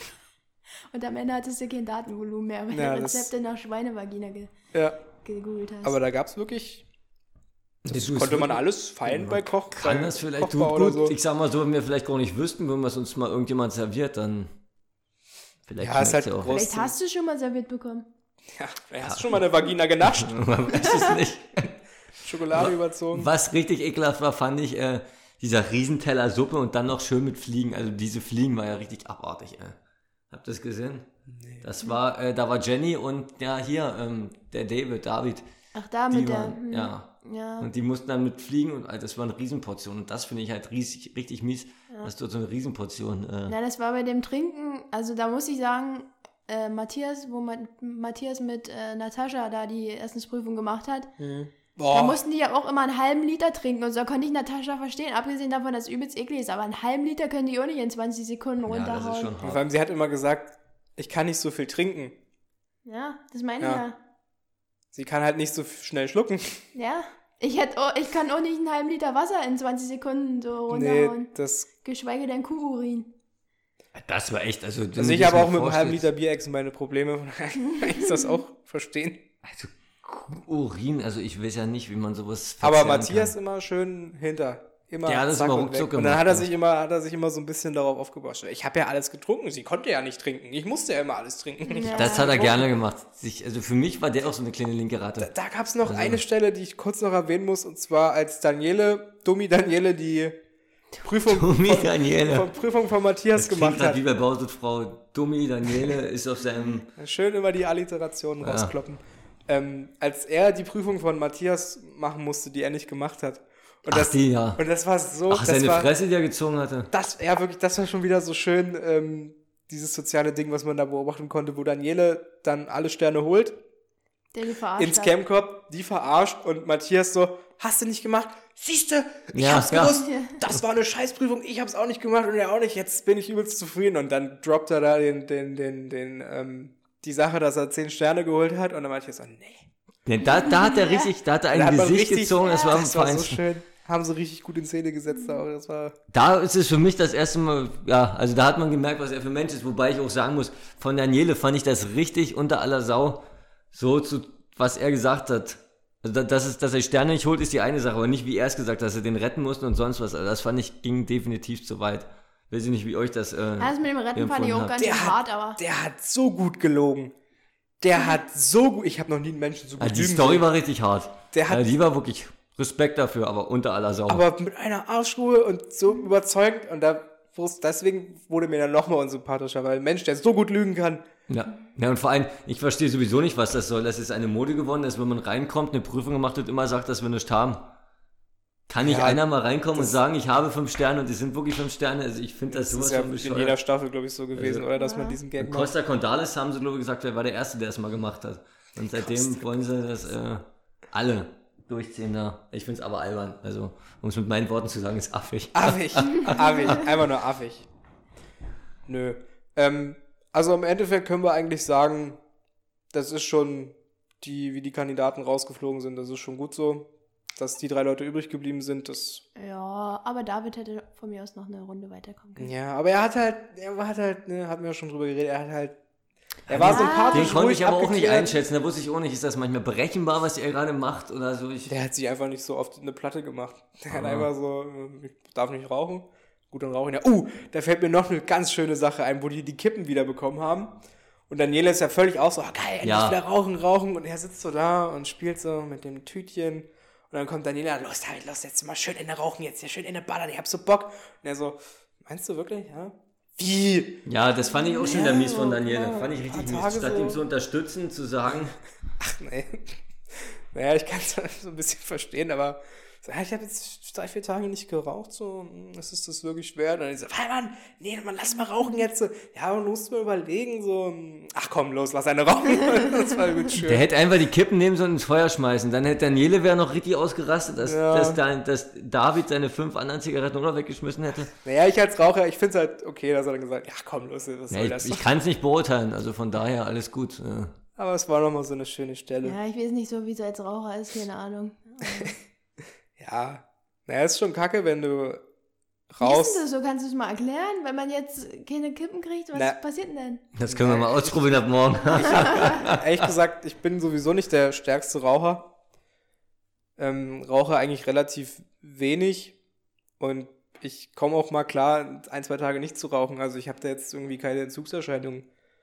und am Ende hattest du kein Datenvolumen mehr, weil Ja, du das- Rezepte nach Schweinevagina ge Ja, gegoogelt hast. aber da gab es wirklich, Das das ist konnte man wirklich- alles fein bei Koch. Kann bei das vielleicht Kochbau gut, oder gut. so. Ich sag mal so, wenn wir vielleicht gar nicht wüssten, wenn wir es uns mal irgendjemand serviert, dann vielleicht Ja, ist schmeckt's halt ja auch. groß. Vielleicht hast du schon mal serviert bekommen. Ja, hast du schon mal eine Vagina genascht? Man weiß es nicht. Schokolade überzogen? Was richtig ekelhaft war, fand ich, äh, dieser Riesenteller Suppe und dann noch schön mit Fliegen. Also diese Fliegen war ja richtig abartig, ey. Habt ihr das gesehen? Nee. Das war, äh, da war Jenny und ja, hier, ähm, der David, David. Ach, da Die mit der... waren, hm, ja. ja. Und die mussten dann mit fliegen und also, das war eine Riesenportion. Und das finde ich halt riesig, richtig mies, dass dort so eine Riesenportion. Äh, Na, das war bei dem Trinken, also da muss ich sagen, äh, Matthias, wo Ma Matthias mit äh, Natascha da die Essensprüfung gemacht hat, da Boah, mussten die ja auch immer einen halben Liter trinken und so konnte ich Natascha verstehen, abgesehen davon, dass es übelst eklig ist, aber einen halben Liter können die auch nicht in zwanzig Sekunden ja, runterhauen. das ist schon vor hart. allem, sie hat immer gesagt, ich kann nicht so viel trinken. Ja, das meine Ja. ich ja. Sie kann halt nicht so f- schnell schlucken. Ja, ich, hätt auch, ich kann auch nicht einen halben Liter Wasser in zwanzig Sekunden so Nee, runterhauen, das. geschweige denn Kuhurin. Das war echt, also... Also ich habe auch mit einem halben Liter Bierechsen meine Probleme. Von daher kann ich das auch verstehen. Also Urin, also ich weiß ja nicht, wie man sowas Aber verzehren Matthias kann. immer schön hinter. Immer Ja, das ist zack immer und ruckzuck weg. Und dann gemacht, hat er ja. sich immer, hat er sich immer so ein bisschen darauf aufgebaut. Ich habe ja alles getrunken. Sie konnte ja nicht trinken. Ich musste ja immer alles trinken. Ja. Das hat er gerne gemacht. Sich, also für mich war der auch so eine kleine linke Ratte. Da gab es noch Also- eine Stelle, die ich kurz noch erwähnen muss, und zwar als Daniele, Domi Daniele, die Prüfung, Domi von, Daniele. von, Prüfung von Matthias Das klingt gemacht grad hat. wie bei Bauset Frau. Dummi Daniele ist auf seinem... Schön immer die Alliterationen Ja. rauskloppen. Ähm, als er die Prüfung von Matthias machen musste, die er nicht gemacht hat. Und Ach, das, die, ja. Und das war so, Ach, das seine war, Fresse, die er gezogen hatte. das, ja wirklich, das war schon wieder so schön, ähm, dieses soziale Ding, was man da beobachten konnte, wo Daniele dann alle Sterne holt, Der die verarscht ins hat. Camcorp, die verarscht und Matthias so, hast du nicht gemacht? Siehste, ich Ja, hab's ja. gewusst, das war eine Scheißprüfung, ich hab's auch nicht gemacht und er auch nicht, jetzt bin ich übelst zufrieden und dann droppt er da den, den, den, den, ähm, die Sache, dass er zehn Sterne geholt hat und dann Matthias so, nee. Nee, da, da hat er richtig, da hat er ein Da hat man Gesicht richtig- gezogen, das war am Das war so feinsten. schön. Haben sie richtig gut in Szene gesetzt, aber das war, Da ist es für mich das erste Mal, ja, also da hat man gemerkt, was er für ein Mensch ist, wobei ich auch sagen muss, von Daniele fand ich das richtig unter aller Sau, so zu, was er gesagt hat. Also, dass, es, dass er Sterne nicht holt, ist die eine Sache, aber nicht, wie er es gesagt hat, dass er den retten musste und sonst was. Also das fand ich, ging definitiv zu weit. Weiß ich nicht, wie euch das. Äh, das mit dem Retten fand ich auch ganz der schön hat, hart, aber. Der hat so gut gelogen. Der hat so gut. Ich habe noch nie einen Menschen so gut also die lügen Story sehen. war richtig hart. Der hat, also die war wirklich Respekt dafür, aber unter aller Sau. aber mit einer Arschruhe und so überzeugend. Und da, deswegen wurde mir dann nochmal unsympathischer, weil ein Mensch, der so gut lügen kann. Ja. ja, und vor allem, ich verstehe sowieso nicht, was das soll. Das ist eine Mode geworden, dass wenn man reinkommt, eine Prüfung gemacht wird, immer sagt, dass wir nichts haben. Kann nicht Ja, einer mal reinkommen und sagen, ich habe fünf Sterne und die sind wirklich fünf Sterne? Also ich finde das, Das sowas ist ja von in bescheuert. jeder Staffel, glaube ich, so gewesen, Ja. oder? Dass man diesen Gag Und macht. Costa Condalis haben sie, glaube ich, gesagt, er war der Erste, der es mal gemacht hat. Und seitdem Costa wollen sie das äh, alle durchziehen da. Ich finde es aber albern. Also, um es mit meinen Worten zu sagen, ist affig. Affig. Affig. Einfach nur affig. Nö. Ähm, also im Endeffekt können wir eigentlich sagen, das ist schon, die, wie die Kandidaten rausgeflogen sind, das ist schon gut so. Dass die drei Leute übrig geblieben sind, das. Ja, aber David hätte von mir aus noch eine Runde weiterkommen können. Ja, aber er hat halt, er hat halt, ne, hatten wir ja schon drüber geredet, er hat halt. Er Ja, war den sympathisch. Den konnte ruhig, ich aber auch nicht abgeklärt. einschätzen. Da wusste ich auch nicht, ist das manchmal berechenbar, was er gerade macht oder so. Ich, Der hat sich einfach nicht so oft eine Platte gemacht. Der hat Ah. einfach so, äh, ich darf nicht rauchen. Gut, dann rauchen. Ja. Uh, da fällt mir noch eine ganz schöne Sache ein, wo die die Kippen wieder bekommen haben. Und Daniela ist ja völlig auch so, oh, geil, endlich Ja. wieder rauchen, rauchen. Und er sitzt so da und spielt so mit dem Tütchen. Und dann kommt Daniela, los, David, los, jetzt mal schön in der Rauchen, jetzt hier schön in der Ballern, ich hab so Bock. Und er so, meinst du wirklich, ja? Wie? ja, das fand ich auch schon Ja, wieder mies von Daniele. ja, Fand ich richtig paar mies. Tage Statt so. ihm zu unterstützen, zu sagen, Ach, nee. Naja, ich kann es so ein bisschen verstehen, aber so, ja, ich habe jetzt drei, vier Tage nicht geraucht, so, hm, ist es das wirklich wert? Und dann so, hey Mann, nee, Mann, lass mal rauchen jetzt. So. Ja, man muss mal überlegen, so, hm, ach komm, los, lass eine rauchen. Das war gut schön. der hätte einfach die Kippen nehmen sollen und ins Feuer schmeißen. Dann hätte Daniele wäre noch richtig ausgerastet, dass, Ja. dass, da, dass David seine fünf anderen Zigaretten oder weggeschmissen hätte. Naja, ich als Raucher, ich finde es halt okay, dass er dann gesagt hat, ja komm, los, was Ja, soll ich das? ich kann es nicht beurteilen, also von daher alles gut. Ja. Aber es war nochmal so eine schöne Stelle. Ja, ich weiß nicht so, wie es als Raucher ist, keine Ahnung. Ja, naja, ist schon kacke, wenn du Wie ist raus... denn das so? Kannst du es mal erklären? Wenn man jetzt keine Kippen kriegt, was Na. passiert denn denn? Das können wir mal ausprobieren ab morgen. Ehrlich gesagt, ich bin sowieso nicht der stärkste Raucher. Ähm, rauche eigentlich relativ wenig und ich komme auch mal klar, ein, zwei Tage nicht zu rauchen. Also ich habe da jetzt irgendwie keine Entzugserscheinungen.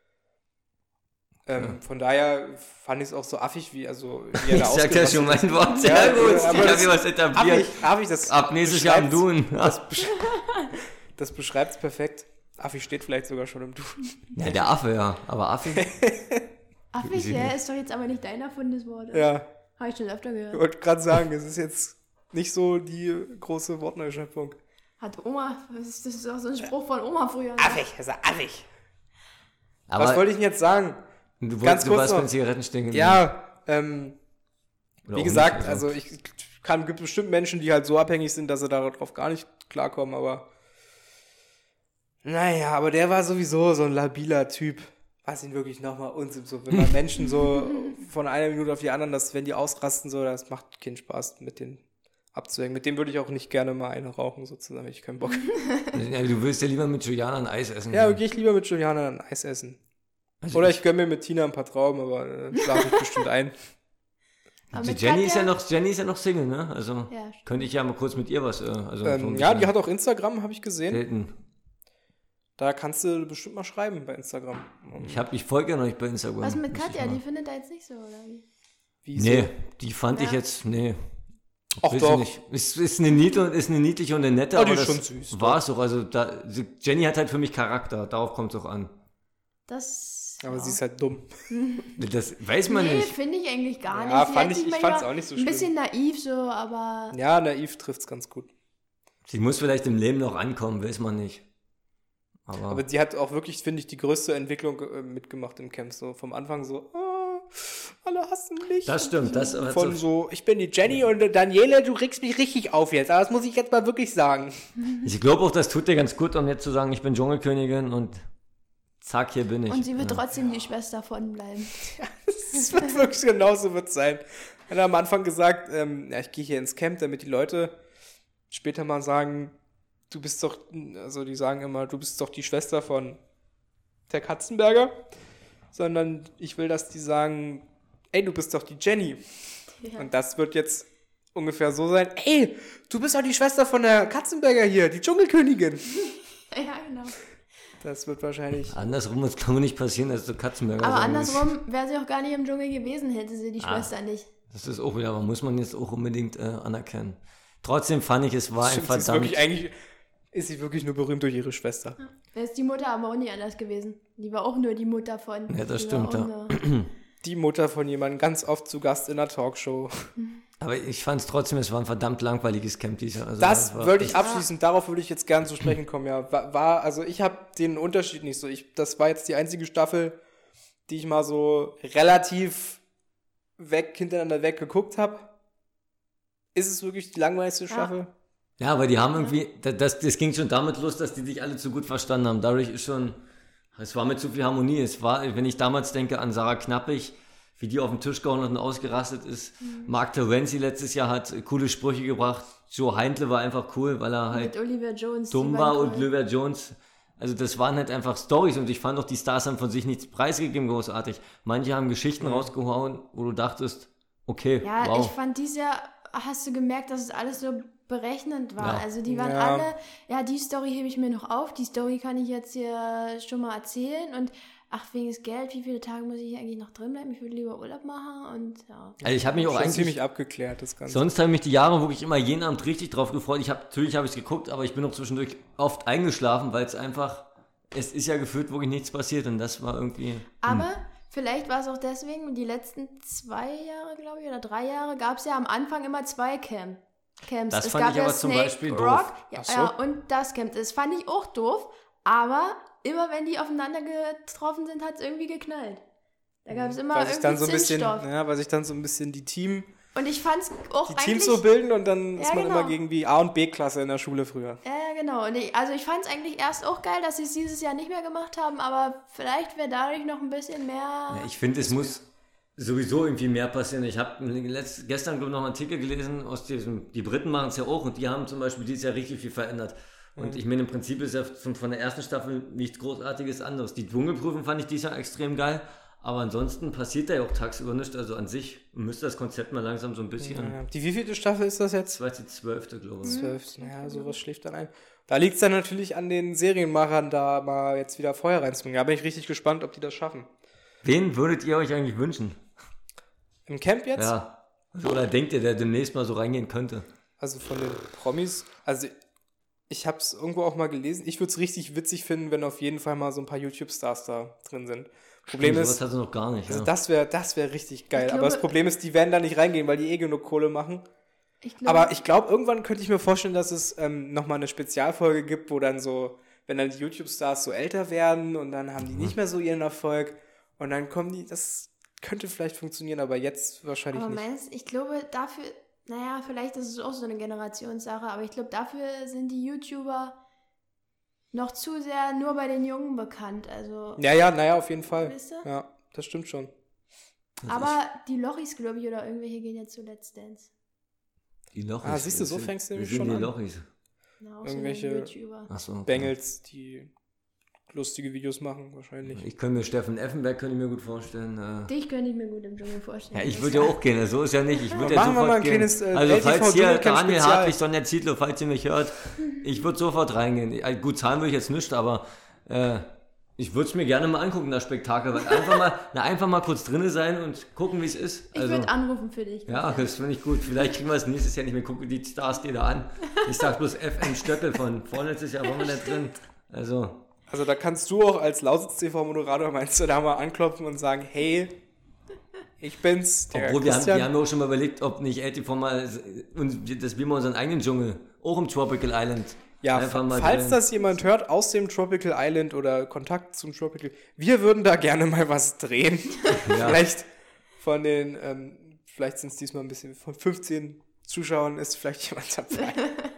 Ähm, Ja. Von daher fand ich es auch so affig, wie, also, wie er Ich da sag ja schon ausgerastet mein Wort. ist. Sehr Ja, gut. aber Ich habe das- hier was etabliert. Affig, affig, das Ab nächstes Jahr am beschreibt's- Dun. Das, besch das beschreibt es perfekt. Affig steht vielleicht sogar schon im Duden. Ja, der Affe, ja. Aber Affe. Affig, ja, ist doch jetzt aber nicht dein erfundenes Wort. Ja, Habe ich schon öfter ich gehört. wollte gerade sagen, es ist jetzt nicht so die große Wortneuschöpfung. Hat Oma, das ist, das ist auch so ein Spruch von Oma früher. Ne? Affig, er sagt affig. Aber Was wollte ich denn jetzt sagen? du, ganz wolltest, du kurz warst bei noch- den Zigaretten stehen geblieben. Ja, ähm, Oder wie auch gesagt, nicht, also ich kann, gibt bestimmt Menschen, die halt so abhängig sind, dass sie darauf gar nicht klarkommen, aber naja, aber der war sowieso so ein labiler Typ. Was ihn wirklich nochmal unsympathisch, so, wenn man Menschen so von einer Minute auf die anderen, dass wenn die ausrasten, so, das macht keinen Spaß, mit denen abzuhängen. Mit dem würde ich auch nicht gerne mal eine rauchen, so zusammen, ich keinen Bock. Ja, du willst ja lieber mit Juliana ein Eis essen. Ja, gehe ich lieber mit Juliana ein Eis essen. Also Oder ich gönne mir mit Tina ein paar Trauben, aber äh, dann schlafe ich bestimmt ein. Aber Die mit Jenny ist ja Katja- noch, Jenny ist ja noch Single, ne? Also Ja, stimmt. könnte ich ja mal kurz mit ihr was. Äh, also so Ähm, ein ja, die bisschen hat auch Instagram, habe ich gesehen. daten. Da kannst du bestimmt mal schreiben bei Instagram. Ich hab, ich folge ja noch nicht bei Instagram. Was mit Muss ich Katja? mal. Die findet er jetzt nicht so, oder wie? Wieso? Nee, die fand ich Ja. jetzt, nee. Ach Weiß doch. ich nicht. Ist, ist, eine niedliche, ist eine niedliche und eine nette, Ah, die aber ist das schon süß, war es doch. Also da, sie- Jenny hat halt für mich Charakter, darauf kommt es auch an. Das. Aber ja. sie ist halt dumm. Das weiß man Nee, nicht. finde ich eigentlich gar Ja, nicht. Sie fand hat ich- sich ich manchmal fand's auch nicht so Ein bisschen naiv so, aber. Ja, naiv trifft's ganz gut. Sie muss vielleicht im Leben noch ankommen, weiß man nicht. Aber, Aber sie hat auch wirklich, finde ich, die größte Entwicklung äh, mitgemacht im Camp. So vom Anfang so, ah, alle hassen mich. das stimmt. Das hat Von so, so, ich bin die Jenny und äh, Daniele, du regst mich richtig auf jetzt. Aber das muss ich jetzt mal wirklich sagen. ich glaube auch, das tut dir ganz gut, um jetzt zu sagen, ich bin Dschungelkönigin und zack, hier bin ich. Und sie wird ja. trotzdem die Schwester von bleiben. Es wird wirklich genauso wird sein. Er hat am Anfang gesagt, ähm, ja, ich gehe hier ins Camp, damit die Leute später mal sagen, du bist doch, also die sagen immer, du bist doch die Schwester von der Katzenberger, sondern ich will, dass die sagen, ey, du bist doch die Jenny. Ja. Und das wird jetzt ungefähr so sein, ey, du bist doch die Schwester von der Katzenberger hier, die Dschungelkönigin. Ja, genau. Das wird wahrscheinlich... Andersrum wird es, glaube ich, nicht passieren, dass du Katzenberger Aber sein andersrum wäre sie auch gar nicht im Dschungel gewesen, hätte sie die Ah. Schwester nicht. Das ist auch wieder, aber muss man jetzt auch unbedingt äh, anerkennen. Trotzdem fand ich, es war ein Stimmt, sie ist verdammt... wirklich eigentlich... Ist sie wirklich nur berühmt durch ihre Schwester. Da ist die Mutter aber auch nie anders gewesen. Die war auch nur die Mutter von. Ja, das die stimmt, war auch ja. nur- Die Mutter von jemandem ganz oft zu Gast in einer Talkshow. Aber ich fand es trotzdem, es war ein verdammt langweiliges Camp dieses Jahr. Also Das war- würde ich abschließend, darauf würde ich jetzt gern zu sprechen kommen, ja. War, war also ich habe den Unterschied nicht so. Ich, das war jetzt die einzige Staffel, die ich mal so relativ weg, hintereinander weg geguckt habe. Ist es wirklich die langweiligste Staffel? Ja, aber die haben irgendwie, das, das, das ging schon damit los, dass die sich alle zu gut verstanden haben. Dadurch ist schon, es war mit zu viel Harmonie. Es war, wenn ich damals denke an Sarah Knappig, wie die auf den Tisch gehauen hat und ausgerastet ist. Mhm. Mark Terenzi letztes Jahr hat coole Sprüche gebracht. Joe Heindle war einfach cool, weil er halt Mit Olivia Jones. dumm die war waren und cool. Olivia Jones. Also das waren halt einfach Storys und ich fand auch, die Stars haben von sich nichts preisgegeben, großartig. Manche haben Geschichten rausgehauen, wo du dachtest, okay, Ja, wow. ich fand dieses Jahr, hast du gemerkt, dass es alles so berechnend war. Ja. Also die waren Ja. alle, ja, die Story hebe ich mir noch auf, die Story kann ich jetzt hier schon mal erzählen und ach, wegen des Geld, wie viele Tage muss ich eigentlich noch drin bleiben? Ich würde lieber Urlaub machen und ja. Also ich habe mich auch Schon eigentlich ziemlich abgeklärt, das Ganze. Sonst habe ich mich die Jahre wirklich immer jeden Abend richtig drauf gefreut. Ich habe natürlich habe ich es geguckt, aber ich bin auch zwischendurch oft eingeschlafen, weil es einfach, es ist ja gefühlt wirklich nichts passiert und das war irgendwie. Aber vielleicht war es auch deswegen, die letzten zwei Jahre, glaube ich, oder drei Jahre, gab es ja am Anfang immer zwei Camp. Camps. Das es fand gab ich ja aber zum Snake Beispiel Rock, doof. Ja, Ach so. ja, und das Camp. Das fand ich auch doof, aber immer wenn die aufeinander getroffen sind, hat es irgendwie geknallt. Da gab es immer weil sich irgendwie dann so ein bisschen, Zündstoff. ja, weil sich dann so ein bisschen die Team, Und ich fand es auch die eigentlich... Teams so bilden und dann Ja, ist man genau. immer gegen die A- und B-Klasse in der Schule früher. Ja, ja, genau. Und ich, also ich fand es eigentlich erst auch geil, dass sie es dieses Jahr nicht mehr gemacht haben, aber vielleicht wäre dadurch noch ein bisschen mehr... Ja, ich finde, es muss sowieso irgendwie mehr passieren. Ich habe gestern glaube ich, noch einen Artikel gelesen aus diesem, die Briten machen es ja auch und die haben zum Beispiel dieses Jahr richtig viel verändert. Und ich meine, im Prinzip ist ja von, von der ersten Staffel nichts Großartiges anderes. Die Dschungelprüfung fand ich dieses Jahr extrem geil, aber ansonsten passiert da ja auch tagsüber nichts. Also an sich müsste das Konzept mal langsam so ein bisschen... Ja. Die wievielte Staffel ist das jetzt? Das war jetzt die zwölfte, glaube ich. Zwölf. Naja, sowas schläft dann ein. Da liegt es dann natürlich an den Serienmachern, da mal jetzt wieder Feuer reinzubringen. Da bin ich richtig gespannt, ob die das schaffen. Wen würdet ihr euch eigentlich wünschen? Im Camp jetzt? Ja. Also, oder denkt ihr, der demnächst mal so reingehen könnte? Also von den Promis, also ich habe es irgendwo auch mal gelesen. Ich würde es richtig witzig finden, wenn auf jeden Fall mal so ein paar YouTube-Stars da drin sind. Problem Stimmt, ist, sowas hat er noch gar nicht. also Ja. das wäre das wär richtig geil. Ich Aber glaube- das Problem ist, die werden da nicht reingehen, weil die eh genug Kohle machen. Ich glaub, Aber ich glaube, irgendwann könnte ich mir vorstellen, dass es ähm, nochmal eine Spezialfolge gibt, wo dann so, wenn dann die YouTube-Stars so älter werden und dann haben die nicht mehr so ihren Erfolg und dann kommen die, das könnte vielleicht funktionieren, aber jetzt wahrscheinlich aber nicht. meinst, ich glaube dafür, naja, vielleicht ist es auch so eine Generationssache, aber ich glaube dafür sind die YouTuber noch zu sehr nur bei den Jungen bekannt. Also, Ja, ja, naja, auf jeden Fall. Weißt du? Ja, das stimmt schon. aber die Lochis, glaube ich, oder irgendwelche gehen jetzt zu Let's Dance. Die Lochis. Ah, siehst du, so Wir sind- fängst du wir nämlich sind schon die an. Lochis. Na, auch Irgendwelche- so eine YouTuber. Achso. Okay. Bengels, die lustige Videos machen, wahrscheinlich. Ich könnte mir Steffen Effenberg könnte ich mir gut vorstellen. Äh, Dich könnte ich mir gut im Dschungel vorstellen. ja, ich Das würde ja auch gehen, so ist ja nicht. Ich würde ja Machen wir sofort mal ein gehen. kleines, äh, also L T V falls hier Dschungelcamp Daniel Spezial. Hartwig, Sonja Zietlow, falls ihr mich hört, ich würde sofort reingehen. Äh, Gut, zahlen würde ich jetzt nicht, aber äh, ich würde es mir gerne mal angucken, das Spektakel. Weil einfach mal, na, einfach mal kurz drinne sein und gucken, wie es ist. Ich Also, würde anrufen für dich. ja, das finde ich gut. Vielleicht kriegen wir es nächstes Jahr nicht mehr. Gucken die Stars dir da an. Ich sag bloß F M Stöckel von vorletztes Jahr, waren wir da drin. Also, Also da kannst du auch als Lausitz-T V-Moderator, meinst du, da mal anklopfen und sagen, hey, ich bin's, der obwohl wir haben, Christian. wir haben ja auch schon mal überlegt, ob nicht L T V mal, und dass wir mal unseren eigenen Dschungel, auch im Tropical Island, ja, einfach mal falls drehen. das jemand hört aus dem Tropical Island oder Kontakt zum Tropical, wir würden da gerne mal was drehen. Ja. Vielleicht von den, ähm, vielleicht sind es diesmal ein bisschen, von fünfzehn Zuschauern ist vielleicht jemand dabei.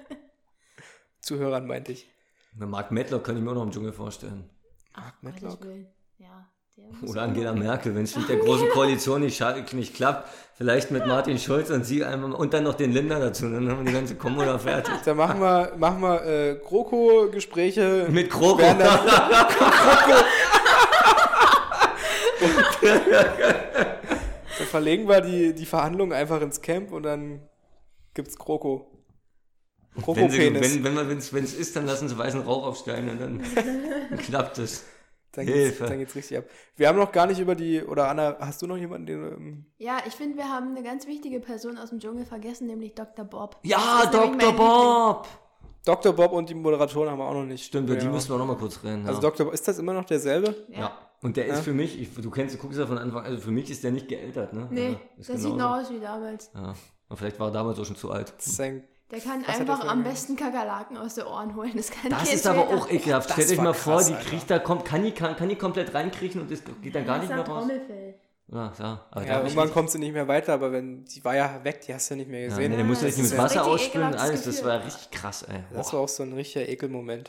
Zuhörern meinte ich. Na, Mark Medlock kann ich mir auch noch im Dschungel vorstellen. Ach, Gottes Gottes Willen. Ja, der muss Oder auch Angela noch- Merkel, wenn es mit der großen Koalition nicht, scha- nicht klappt. Vielleicht mit Martin Schulz und sie einmal und dann noch den Lindner dazu. Dann haben wir die ganze Kombo da fertig. Da machen wir, machen wir äh, GroKo-Gespräche. Mit Kroko. Werden dann- Da verlegen wir die, die Verhandlungen einfach ins Camp und dann gibt's Kroko. Wenn sie, Kroko-Penis. wenn, wenn man, wenn's, wenn's ist, dann lassen sie weißen Rauch aufsteigen und dann klappt es. Dann geht's, dann geht's richtig ab. Wir haben noch gar nicht über die, oder Anna, hast du noch jemanden, den du... Ähm, Ja, ich finde, wir haben eine ganz wichtige Person aus dem Dschungel vergessen, nämlich Doktor Bob. Ja, Das ist nämlich Doktor mein Bob! Doktor Bob und die Moderatoren haben wir auch noch nicht. Stimmt, über ja. die müssen wir noch mal kurz reden. Ja. Also Doktor Bob, ist das immer noch derselbe? Ja. ja. Und der ist Ja. für mich, ich, du kennst, du guckst ja von Anfang, also für mich ist der nicht geältert, ne? Nee, Also, das ist sieht genauso. noch aus wie damals. Ja. Und vielleicht war er damals auch schon zu alt. Das ist ein, Der kann Was hat einfach der für am einen- besten Kakerlaken aus den Ohren holen. Das kann Das kein ist aber Später. auch ekelhaft. Das Stellt euch war mal krass, vor, die Alter. kriecht da, kommt, kann die, kann, kann die komplett reinkriechen und das geht dann gar Das nicht ist mehr ein raus. Trommelfell. Ja, ja. Aber ja, da hab ich irgendwann nicht- kommt sie nicht mehr weiter, aber wenn, die war ja weg, die hast du ja nicht mehr ja, gesehen. nee, der musste das richtig ist mit ein Wasser richtig ausspülen und ekelhaftes alles. Das Gefühl. war richtig krass, ey. Das Boah. war auch so ein richtiger Ekelmoment.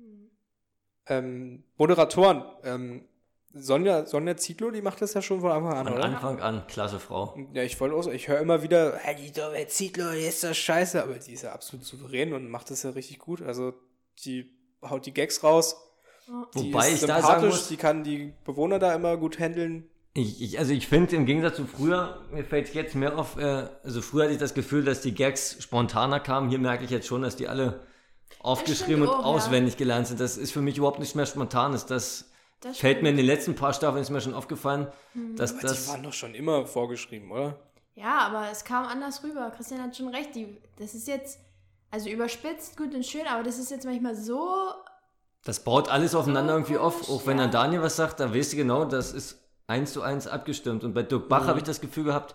Ähm, Moderatoren, ähm, Sonja, Sonja Zietlow, die macht das ja schon von Anfang an, Von oder? Anfang an, klasse Frau. Ja, ich wollte auch so, ich höre immer wieder, hey, die Sonja Zietlow, die ist das scheiße, aber die ist ja absolut souverän und macht das ja richtig gut. Also, die haut die Gags raus. Die Wobei ist ich da sagen sympathisch, muss, die kann die Bewohner da immer gut handeln. ich, ich, also ich finde im Gegensatz zu früher, mir fällt es jetzt mehr auf, äh, also früher hatte ich das Gefühl, dass die Gags spontaner kamen. Hier merke ich jetzt schon, dass die alle aufgeschrieben und stimmt auch, ja. auswendig gelernt sind. Das ist für mich überhaupt nicht mehr spontan. Das, das Das fällt stimmt. mir in den letzten paar Staffeln ist mir schon aufgefallen, dass Aber die das... waren doch schon immer vorgeschrieben, oder? Ja, aber es kam anders rüber. Christian hat schon recht. Die, das ist jetzt, also überspitzt, gut und schön, aber das ist jetzt manchmal so. Das baut alles aufeinander So irgendwie auf. komisch, Auch wenn ja. dann Daniel was sagt, da weißt du genau, das ist eins zu eins abgestimmt. Und bei Dirk Bach Mhm. habe ich das Gefühl gehabt,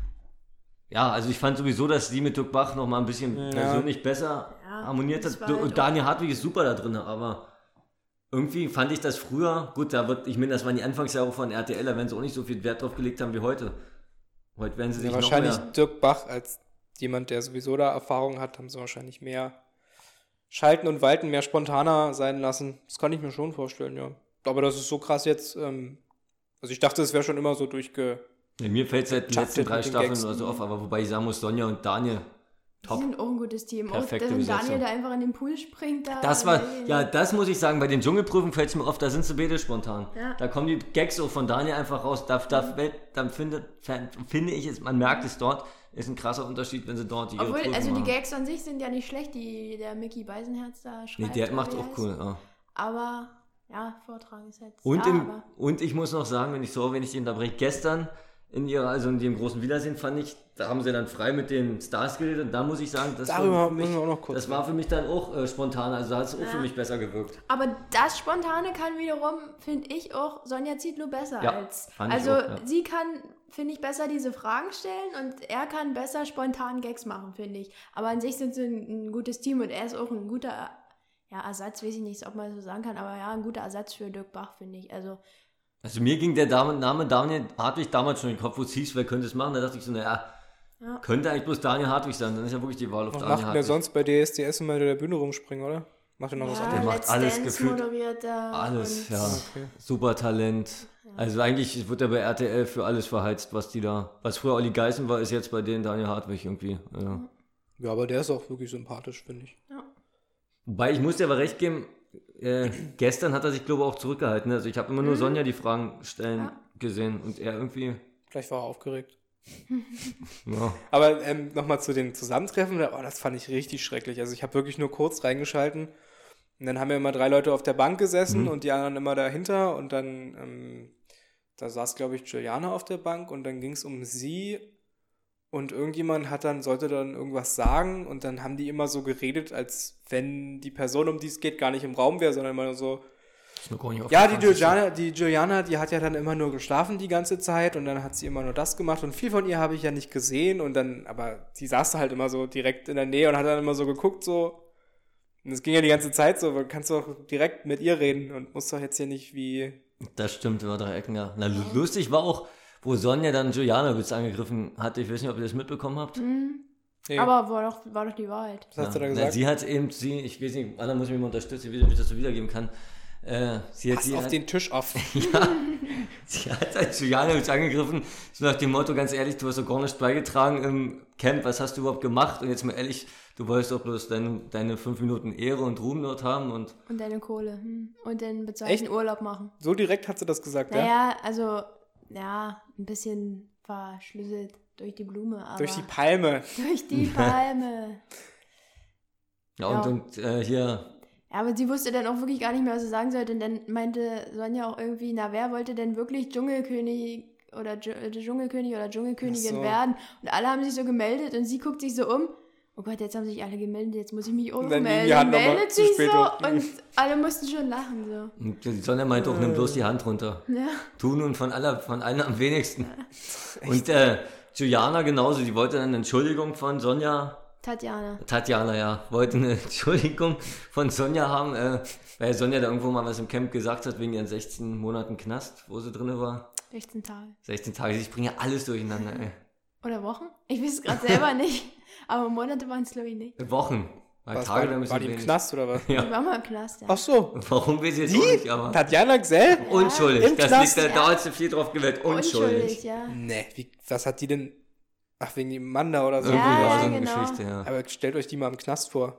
ja, also ich fand sowieso, dass sie mit Dirk Bach noch mal ein bisschen Ja. persönlich besser Ja, harmoniert das hat. war halt Und auch- Daniel Hartwig ist super da drin, aber irgendwie fand ich das früher, gut, da wird, ich meine, das waren die Anfangsjahre von R T L, da werden sie auch nicht so viel Wert drauf gelegt haben wie heute. Heute werden sie sich Ja, noch wahrscheinlich mehr... Dirk Bach als jemand, der sowieso da Erfahrung hat, haben sie wahrscheinlich mehr schalten und walten, mehr spontaner sein lassen. Das kann ich mir schon vorstellen, ja. Aber das ist so krass jetzt, ähm, also ich dachte, es wäre schon immer so durchge... Ja, mir fällt es seit den Chuckt letzten mit drei den Staffeln Gags. oder so auf, aber wobei ich sagen muss, Sonja und Daniel, Die top. sind auch ein gutes Team. Perfekte und dass Besetzung. Daniel da einfach in den Pool springt. Da, Das war, nee. ja, das muss ich sagen, bei den Dschungelprüfungen fällt es mir oft, da sind sie beide spontan. Ja. Da kommen die Gags so von Daniel einfach raus. Da, da, fällt- dann finde, finde ich es, man merkt es dort, ist ein krasser Unterschied, wenn sie dort ihre Obwohl, Prüfung also die machen. Gags an sich sind ja nicht schlecht, die der Mickey Beisenherz da Nee, schreibt. der oder macht wie auch heißt. cool. Ja. Aber, ja, Vortragen ist halt. Und, ja, im, aber, und ich muss noch sagen, wenn ich so, wenn ich den unterbreche, gestern in ihrer, also in dem großen Wiedersehen fand ich, da haben sie dann frei mit den Stars geredet und da muss ich sagen, das, Darüber war für, mich, müssen wir auch noch kurz das war für mich dann auch äh, spontan, also da hat es auch für mich besser gewirkt. aber das Spontane kann wiederum, finde ich, auch Sonja Zietlow besser Ja, als. fand ich Also, auch, ja. sie kann, finde ich, besser diese Fragen stellen und er kann besser spontan Gags machen, finde ich. Aber an sich sind sie ein, ein gutes Team und er ist auch ein guter, ja, Ersatz, weiß ich nicht, ob man so sagen kann, aber ja, ein guter Ersatz für Dirk Bach, finde ich. Also, Also mir ging der Dame, Name Daniel Hartwig damals schon in den Kopf, wo es hieß, wer könnte es machen, da dachte ich so, naja, Ja. könnte eigentlich bloß Daniel Hartwig sein, dann ist ja wirklich die Wahl auf Was Daniel macht denn der Hartwig. sonst bei D S D S immer hinter der Bühne rumspringen, oder? Macht er noch was ja, Der anderes? macht Let's alles Dance gefühlt. moderiert er Alles, und ja. Okay. Super Talent. Also eigentlich wird er bei R T L für alles verheizt, was die da, was früher Olli Geißen war, ist jetzt bei denen Daniel Hartwig irgendwie. Ja. Ja, aber der ist auch wirklich sympathisch, finde ich. Wobei, ich muss dir aber recht geben, äh, gestern hat er sich, glaube ich, auch zurückgehalten. Also ich habe immer nur Sonja die Fragen stellen Ja. gesehen und er irgendwie, Vielleicht war er aufgeregt. ja. Aber ähm, nochmal zu den Zusammentreffen, oh, das fand ich richtig schrecklich. Also ich habe wirklich nur kurz reingeschalten und dann haben ja immer drei Leute auf der Bank gesessen Mhm. und die anderen immer dahinter und dann, ähm, da saß, glaube ich, Juliana auf der Bank und dann ging es um sie und irgendjemand hat dann, sollte dann irgendwas sagen und dann haben die immer so geredet, als wenn die Person, um die es geht, gar nicht im Raum wäre, sondern immer so, Ist mir gar nicht ja, die aufgefallen. Juliana, die Juliana, die hat ja dann immer nur geschlafen die ganze Zeit und dann hat sie immer nur das gemacht und viel von ihr habe ich ja nicht gesehen und dann, aber die saß da halt immer so direkt in der Nähe und hat dann immer so geguckt so und es ging ja die ganze Zeit so, weil kannst du auch direkt mit ihr reden und musst doch jetzt hier nicht wie... Das stimmt, über drei Ecken, ja. Na, lu- lustig war auch, wo Sonja dann Julianowitz angegriffen hatte. Ich weiß nicht, ob ihr das mitbekommen habt. Nee, aber war doch, war doch die Wahrheit. was hast du da Na, gesagt? sie hat eben, sie, ich weiß nicht, Anna muss mich mal unterstützen, wie ich das so wiedergeben kann. Äh, sie hat, Pass sie auf hat, den Tisch auf. ja, sie hat halt Julianowitz angegriffen, so nach dem Motto, ganz ehrlich, du hast doch gar nichts beigetragen im Camp, was hast du überhaupt gemacht? Und jetzt mal ehrlich, du wolltest doch bloß deine, deine fünf Minuten Ehre und Ruhm dort haben und Und deine Kohle. Hm. Und den bezahlten Echt? Urlaub machen. So direkt hat sie das gesagt, ja? Naja, also, ja, ein bisschen verschlüsselt durch die Blume. Aber Durch die Palme. Durch die Palme. Ja, und, Ja. und äh, hier, Ja, aber sie wusste dann auch wirklich gar nicht mehr, was sie sagen sollte. Und dann meinte Sonja auch irgendwie, na, wer wollte denn wirklich Dschungelkönig oder Dsch- Dschungelkönig oder Dschungelkönigin Ach so. werden? Und alle haben sich so gemeldet und sie guckt sich so um. Oh Gott, jetzt haben sich alle gemeldet, jetzt muss ich mich auch Und noch dann ging die melden. Hand noch mal Meldet zu sich spät so hoch. und alle mussten schon lachen. So. und die Sonja meinte auch, nimm bloß die Hand runter. Ja. Du nun von aller, von allen am wenigsten. Und äh, Juliana genauso, die wollte dann eine Entschuldigung von Sonja, Tatjana. Tatjana, ja, wollte eine Entschuldigung von Sonja haben, äh, weil Sonja da irgendwo mal was im Camp gesagt hat, wegen ihren sechzehn Monaten Knast, wo sie drin war. sechzehn Tage. sechzehn Tage, ich bringe ja alles durcheinander, ey. Oder Wochen? Ich weiß es gerade selber nicht. Aber Monate waren es, glaube ich, nicht. Wochen. Weil Was, Tage war, wäre ein die- bisschen war die im wenig. Knast oder was? Ja. Die war mal im Knast, ja. Ach so. Warum weiß ich jetzt Die? auch nicht, aber... Tatjana Gsell? Unschuldig, im das Knast? liegt da, Ja. da hat sie viel drauf gewählt, unschuldig. ja. Nee, wie, was hat die denn? Ach, wegen dem Mann da oder so. Irgendwie Ja, war ja, so eine genau. Geschichte, ja. Aber stellt euch die mal im Knast vor.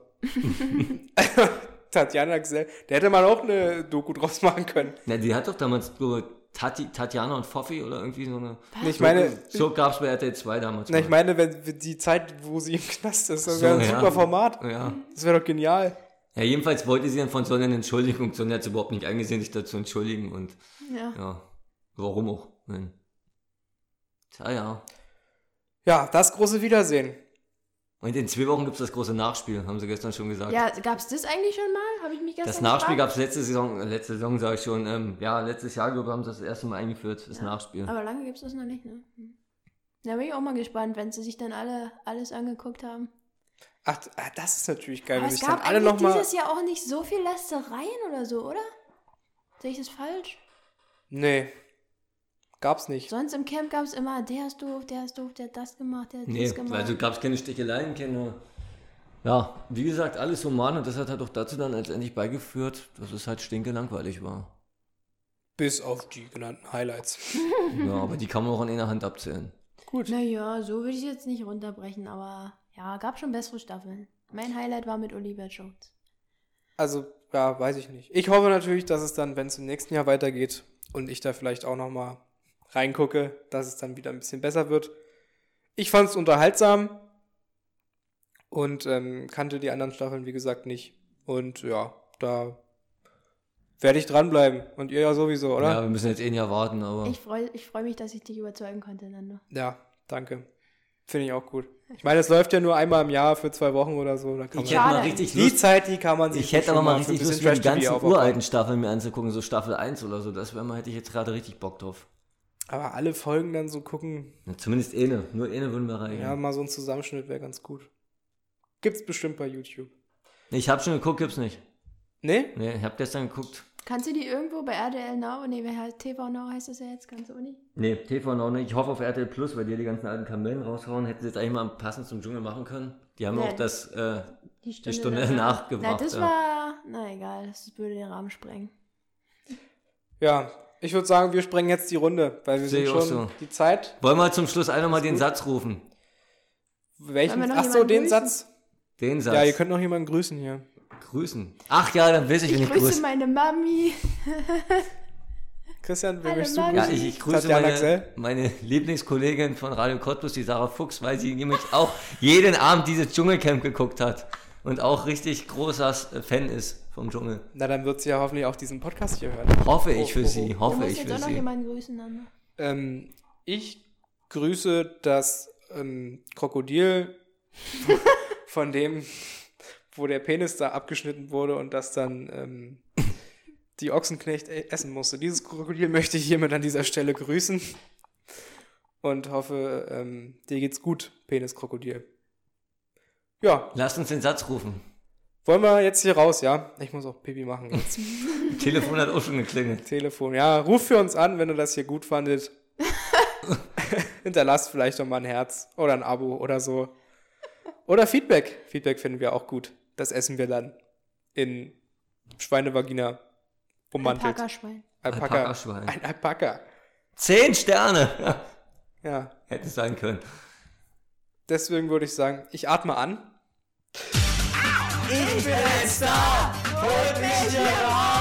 Tatjana Gsell. Der hätte man auch eine Doku draus machen können. Na, die hat doch damals so Tati, Tatjana und Foffi oder irgendwie so eine... Nee, ich meine, So gab es bei R T L zwei damals. na, ich mal. meine, wenn wenn die Zeit, wo sie im Knast ist, das So, wäre ein ja. super Format. Ja. Das wäre doch genial. Ja, jedenfalls wollte sie dann von Sonja eine Entschuldigung. Sonja hat es überhaupt nicht eingesehen, sich dazu entschuldigen und Ja. ja, warum auch? Nein. Tja, ja. Ja, das große Wiedersehen. Und in zwei Wochen gibt es das große Nachspiel, haben sie gestern schon gesagt. Ja, gab es das eigentlich schon mal? Habe ich mich gestern Das Nachspiel gefragt? gab es letzte Saison, äh, letzte Saison sage ich schon, ähm, ja, letztes Jahr, glaube ich, haben sie das erste Mal eingeführt, das Ja. Nachspiel. Aber lange gibt es das noch nicht, ne? Hm. Da bin ich auch mal gespannt, wenn sie sich dann alle alles angeguckt haben. Ach, ah, das ist natürlich geil, Aber wenn es sich dann gab alle eigentlich nochmal... dieses Jahr auch nicht so viel Lästereien oder so, oder? Sehe ich das falsch? Nee, gab's nicht. Sonst im Camp gab es immer, der ist doof, der ist doof, der hat das gemacht, der hat Nee, das gemacht. also gab es keine Sticheleien, keine... Ja, wie gesagt, alles human und das hat halt auch dazu dann letztendlich beigeführt, dass es halt stinkelangweilig war. Bis auf die genannten Highlights. Ja, aber die kann man auch an einer Hand abzählen. Gut. Naja, so würde ich jetzt nicht runterbrechen, aber ja, gab schon bessere Staffeln. Mein Highlight war mit Oliver Jones. Also, ja, weiß ich nicht. Ich hoffe natürlich, dass es dann, wenn es im nächsten Jahr weitergeht und ich da vielleicht auch nochmal reingucke, dass es dann wieder ein bisschen besser wird. Ich fand es unterhaltsam und ähm, kannte die anderen Staffeln, wie gesagt, nicht. Und ja, da werde ich dranbleiben. Und ihr ja sowieso, oder? Ja, wir müssen jetzt eh ein Jahr warten, aber... Ich freue ich freu mich, dass ich dich überzeugen konnte, Nando. Ja, danke. Finde ich auch gut. Ich meine, es läuft ja nur einmal im Jahr für zwei Wochen oder so. Da kann Ich man hätte mal Schade. richtig die Lust, Zeit, die kann man sich ich hätte schon aber mal für ein richtig bisschen Lust, mir die Trash-T V ganzen aufbauen. uralten Staffeln mir anzugucken, so Staffel eins oder so, das wäre mal, hätte ich jetzt gerade richtig Bock drauf. Aber alle Folgen dann so gucken, Ja, zumindest eine, nur eine würden wir reichen. ja, mal so ein Zusammenschnitt wäre ganz gut. Gibt's bestimmt bei YouTube. Ich habe schon geguckt, gibt's nicht. Nee? Nee, ich habe gestern geguckt. Kannst du die irgendwo bei R T L Now, nee, wer heißt T V Now heißt das ja jetzt ganz ohne? Nee, T V noch nicht. Ich hoffe auf R T L Plus, weil die die ganzen alten Kamellen raushauen. Hätten sie jetzt eigentlich mal passend zum Dschungel machen können. Die haben Ja, auch das, äh, Die Die Stunde nachgebracht, Na, das ja. war, na egal, das würde den Rahmen sprengen. Ja, ich würde sagen, wir sprengen jetzt die Runde, weil wir Sehe sind ich auch schon so. die Zeit. wollen wir zum Schluss einfach mal den gut. Satz rufen. Welchen? Wollen wir noch Ach so, jemanden den grüßen? Satz. Den Satz. Ja, ihr könnt noch jemanden grüßen hier. grüßen. Ach ja, dann weiß ich, wen Ich ich grüße grüße. meine Mami. Christian, wer Hallo, möchtest du Mami. Ja, grüßen? ich, ich grüße Tatjana meine, Gsell. meine Lieblingskollegin von Radio Cottbus, die Sarah Fuchs, weil sie nämlich auch jeden Abend dieses Dschungelcamp geguckt hat und auch richtig großer Fan ist vom Dschungel. Na, dann wird sie ja hoffentlich auch diesen Podcast hier hören. Hoffe Oh, ich für oh, sie, oh. Du hoffe musst ich jetzt für auch noch sie. jemanden grüßen, Nando. Ähm, ich grüße das ähm, Krokodil von dem, wo der Penis da abgeschnitten wurde und das dann ähm, die Ochsenknecht e- essen musste. Dieses Krokodil möchte ich hiermit an dieser Stelle grüßen und hoffe, ähm, dir geht's gut, Peniskrokodil. Ja, Lasst uns den Satz rufen. wollen wir jetzt hier raus, ja? Ich muss auch Pipi machen jetzt. Telefon hat auch schon geklingelt. Telefon. Ja, ruf für uns an, wenn du das hier gut fandet. Hinterlasst vielleicht doch mal ein Herz oder ein Abo oder so. Oder Feedback. Feedback finden wir auch gut. Das essen wir dann in Schweinevagina ummantelt. Alpaka-Schwein. Alpaka. Alpaka-Schwein. Ein Alpaka. Zehn Sterne! Ja, Hätte es sein können. deswegen würde ich sagen, ich atme an. Ich bin ein Star! Holt mich hier raus!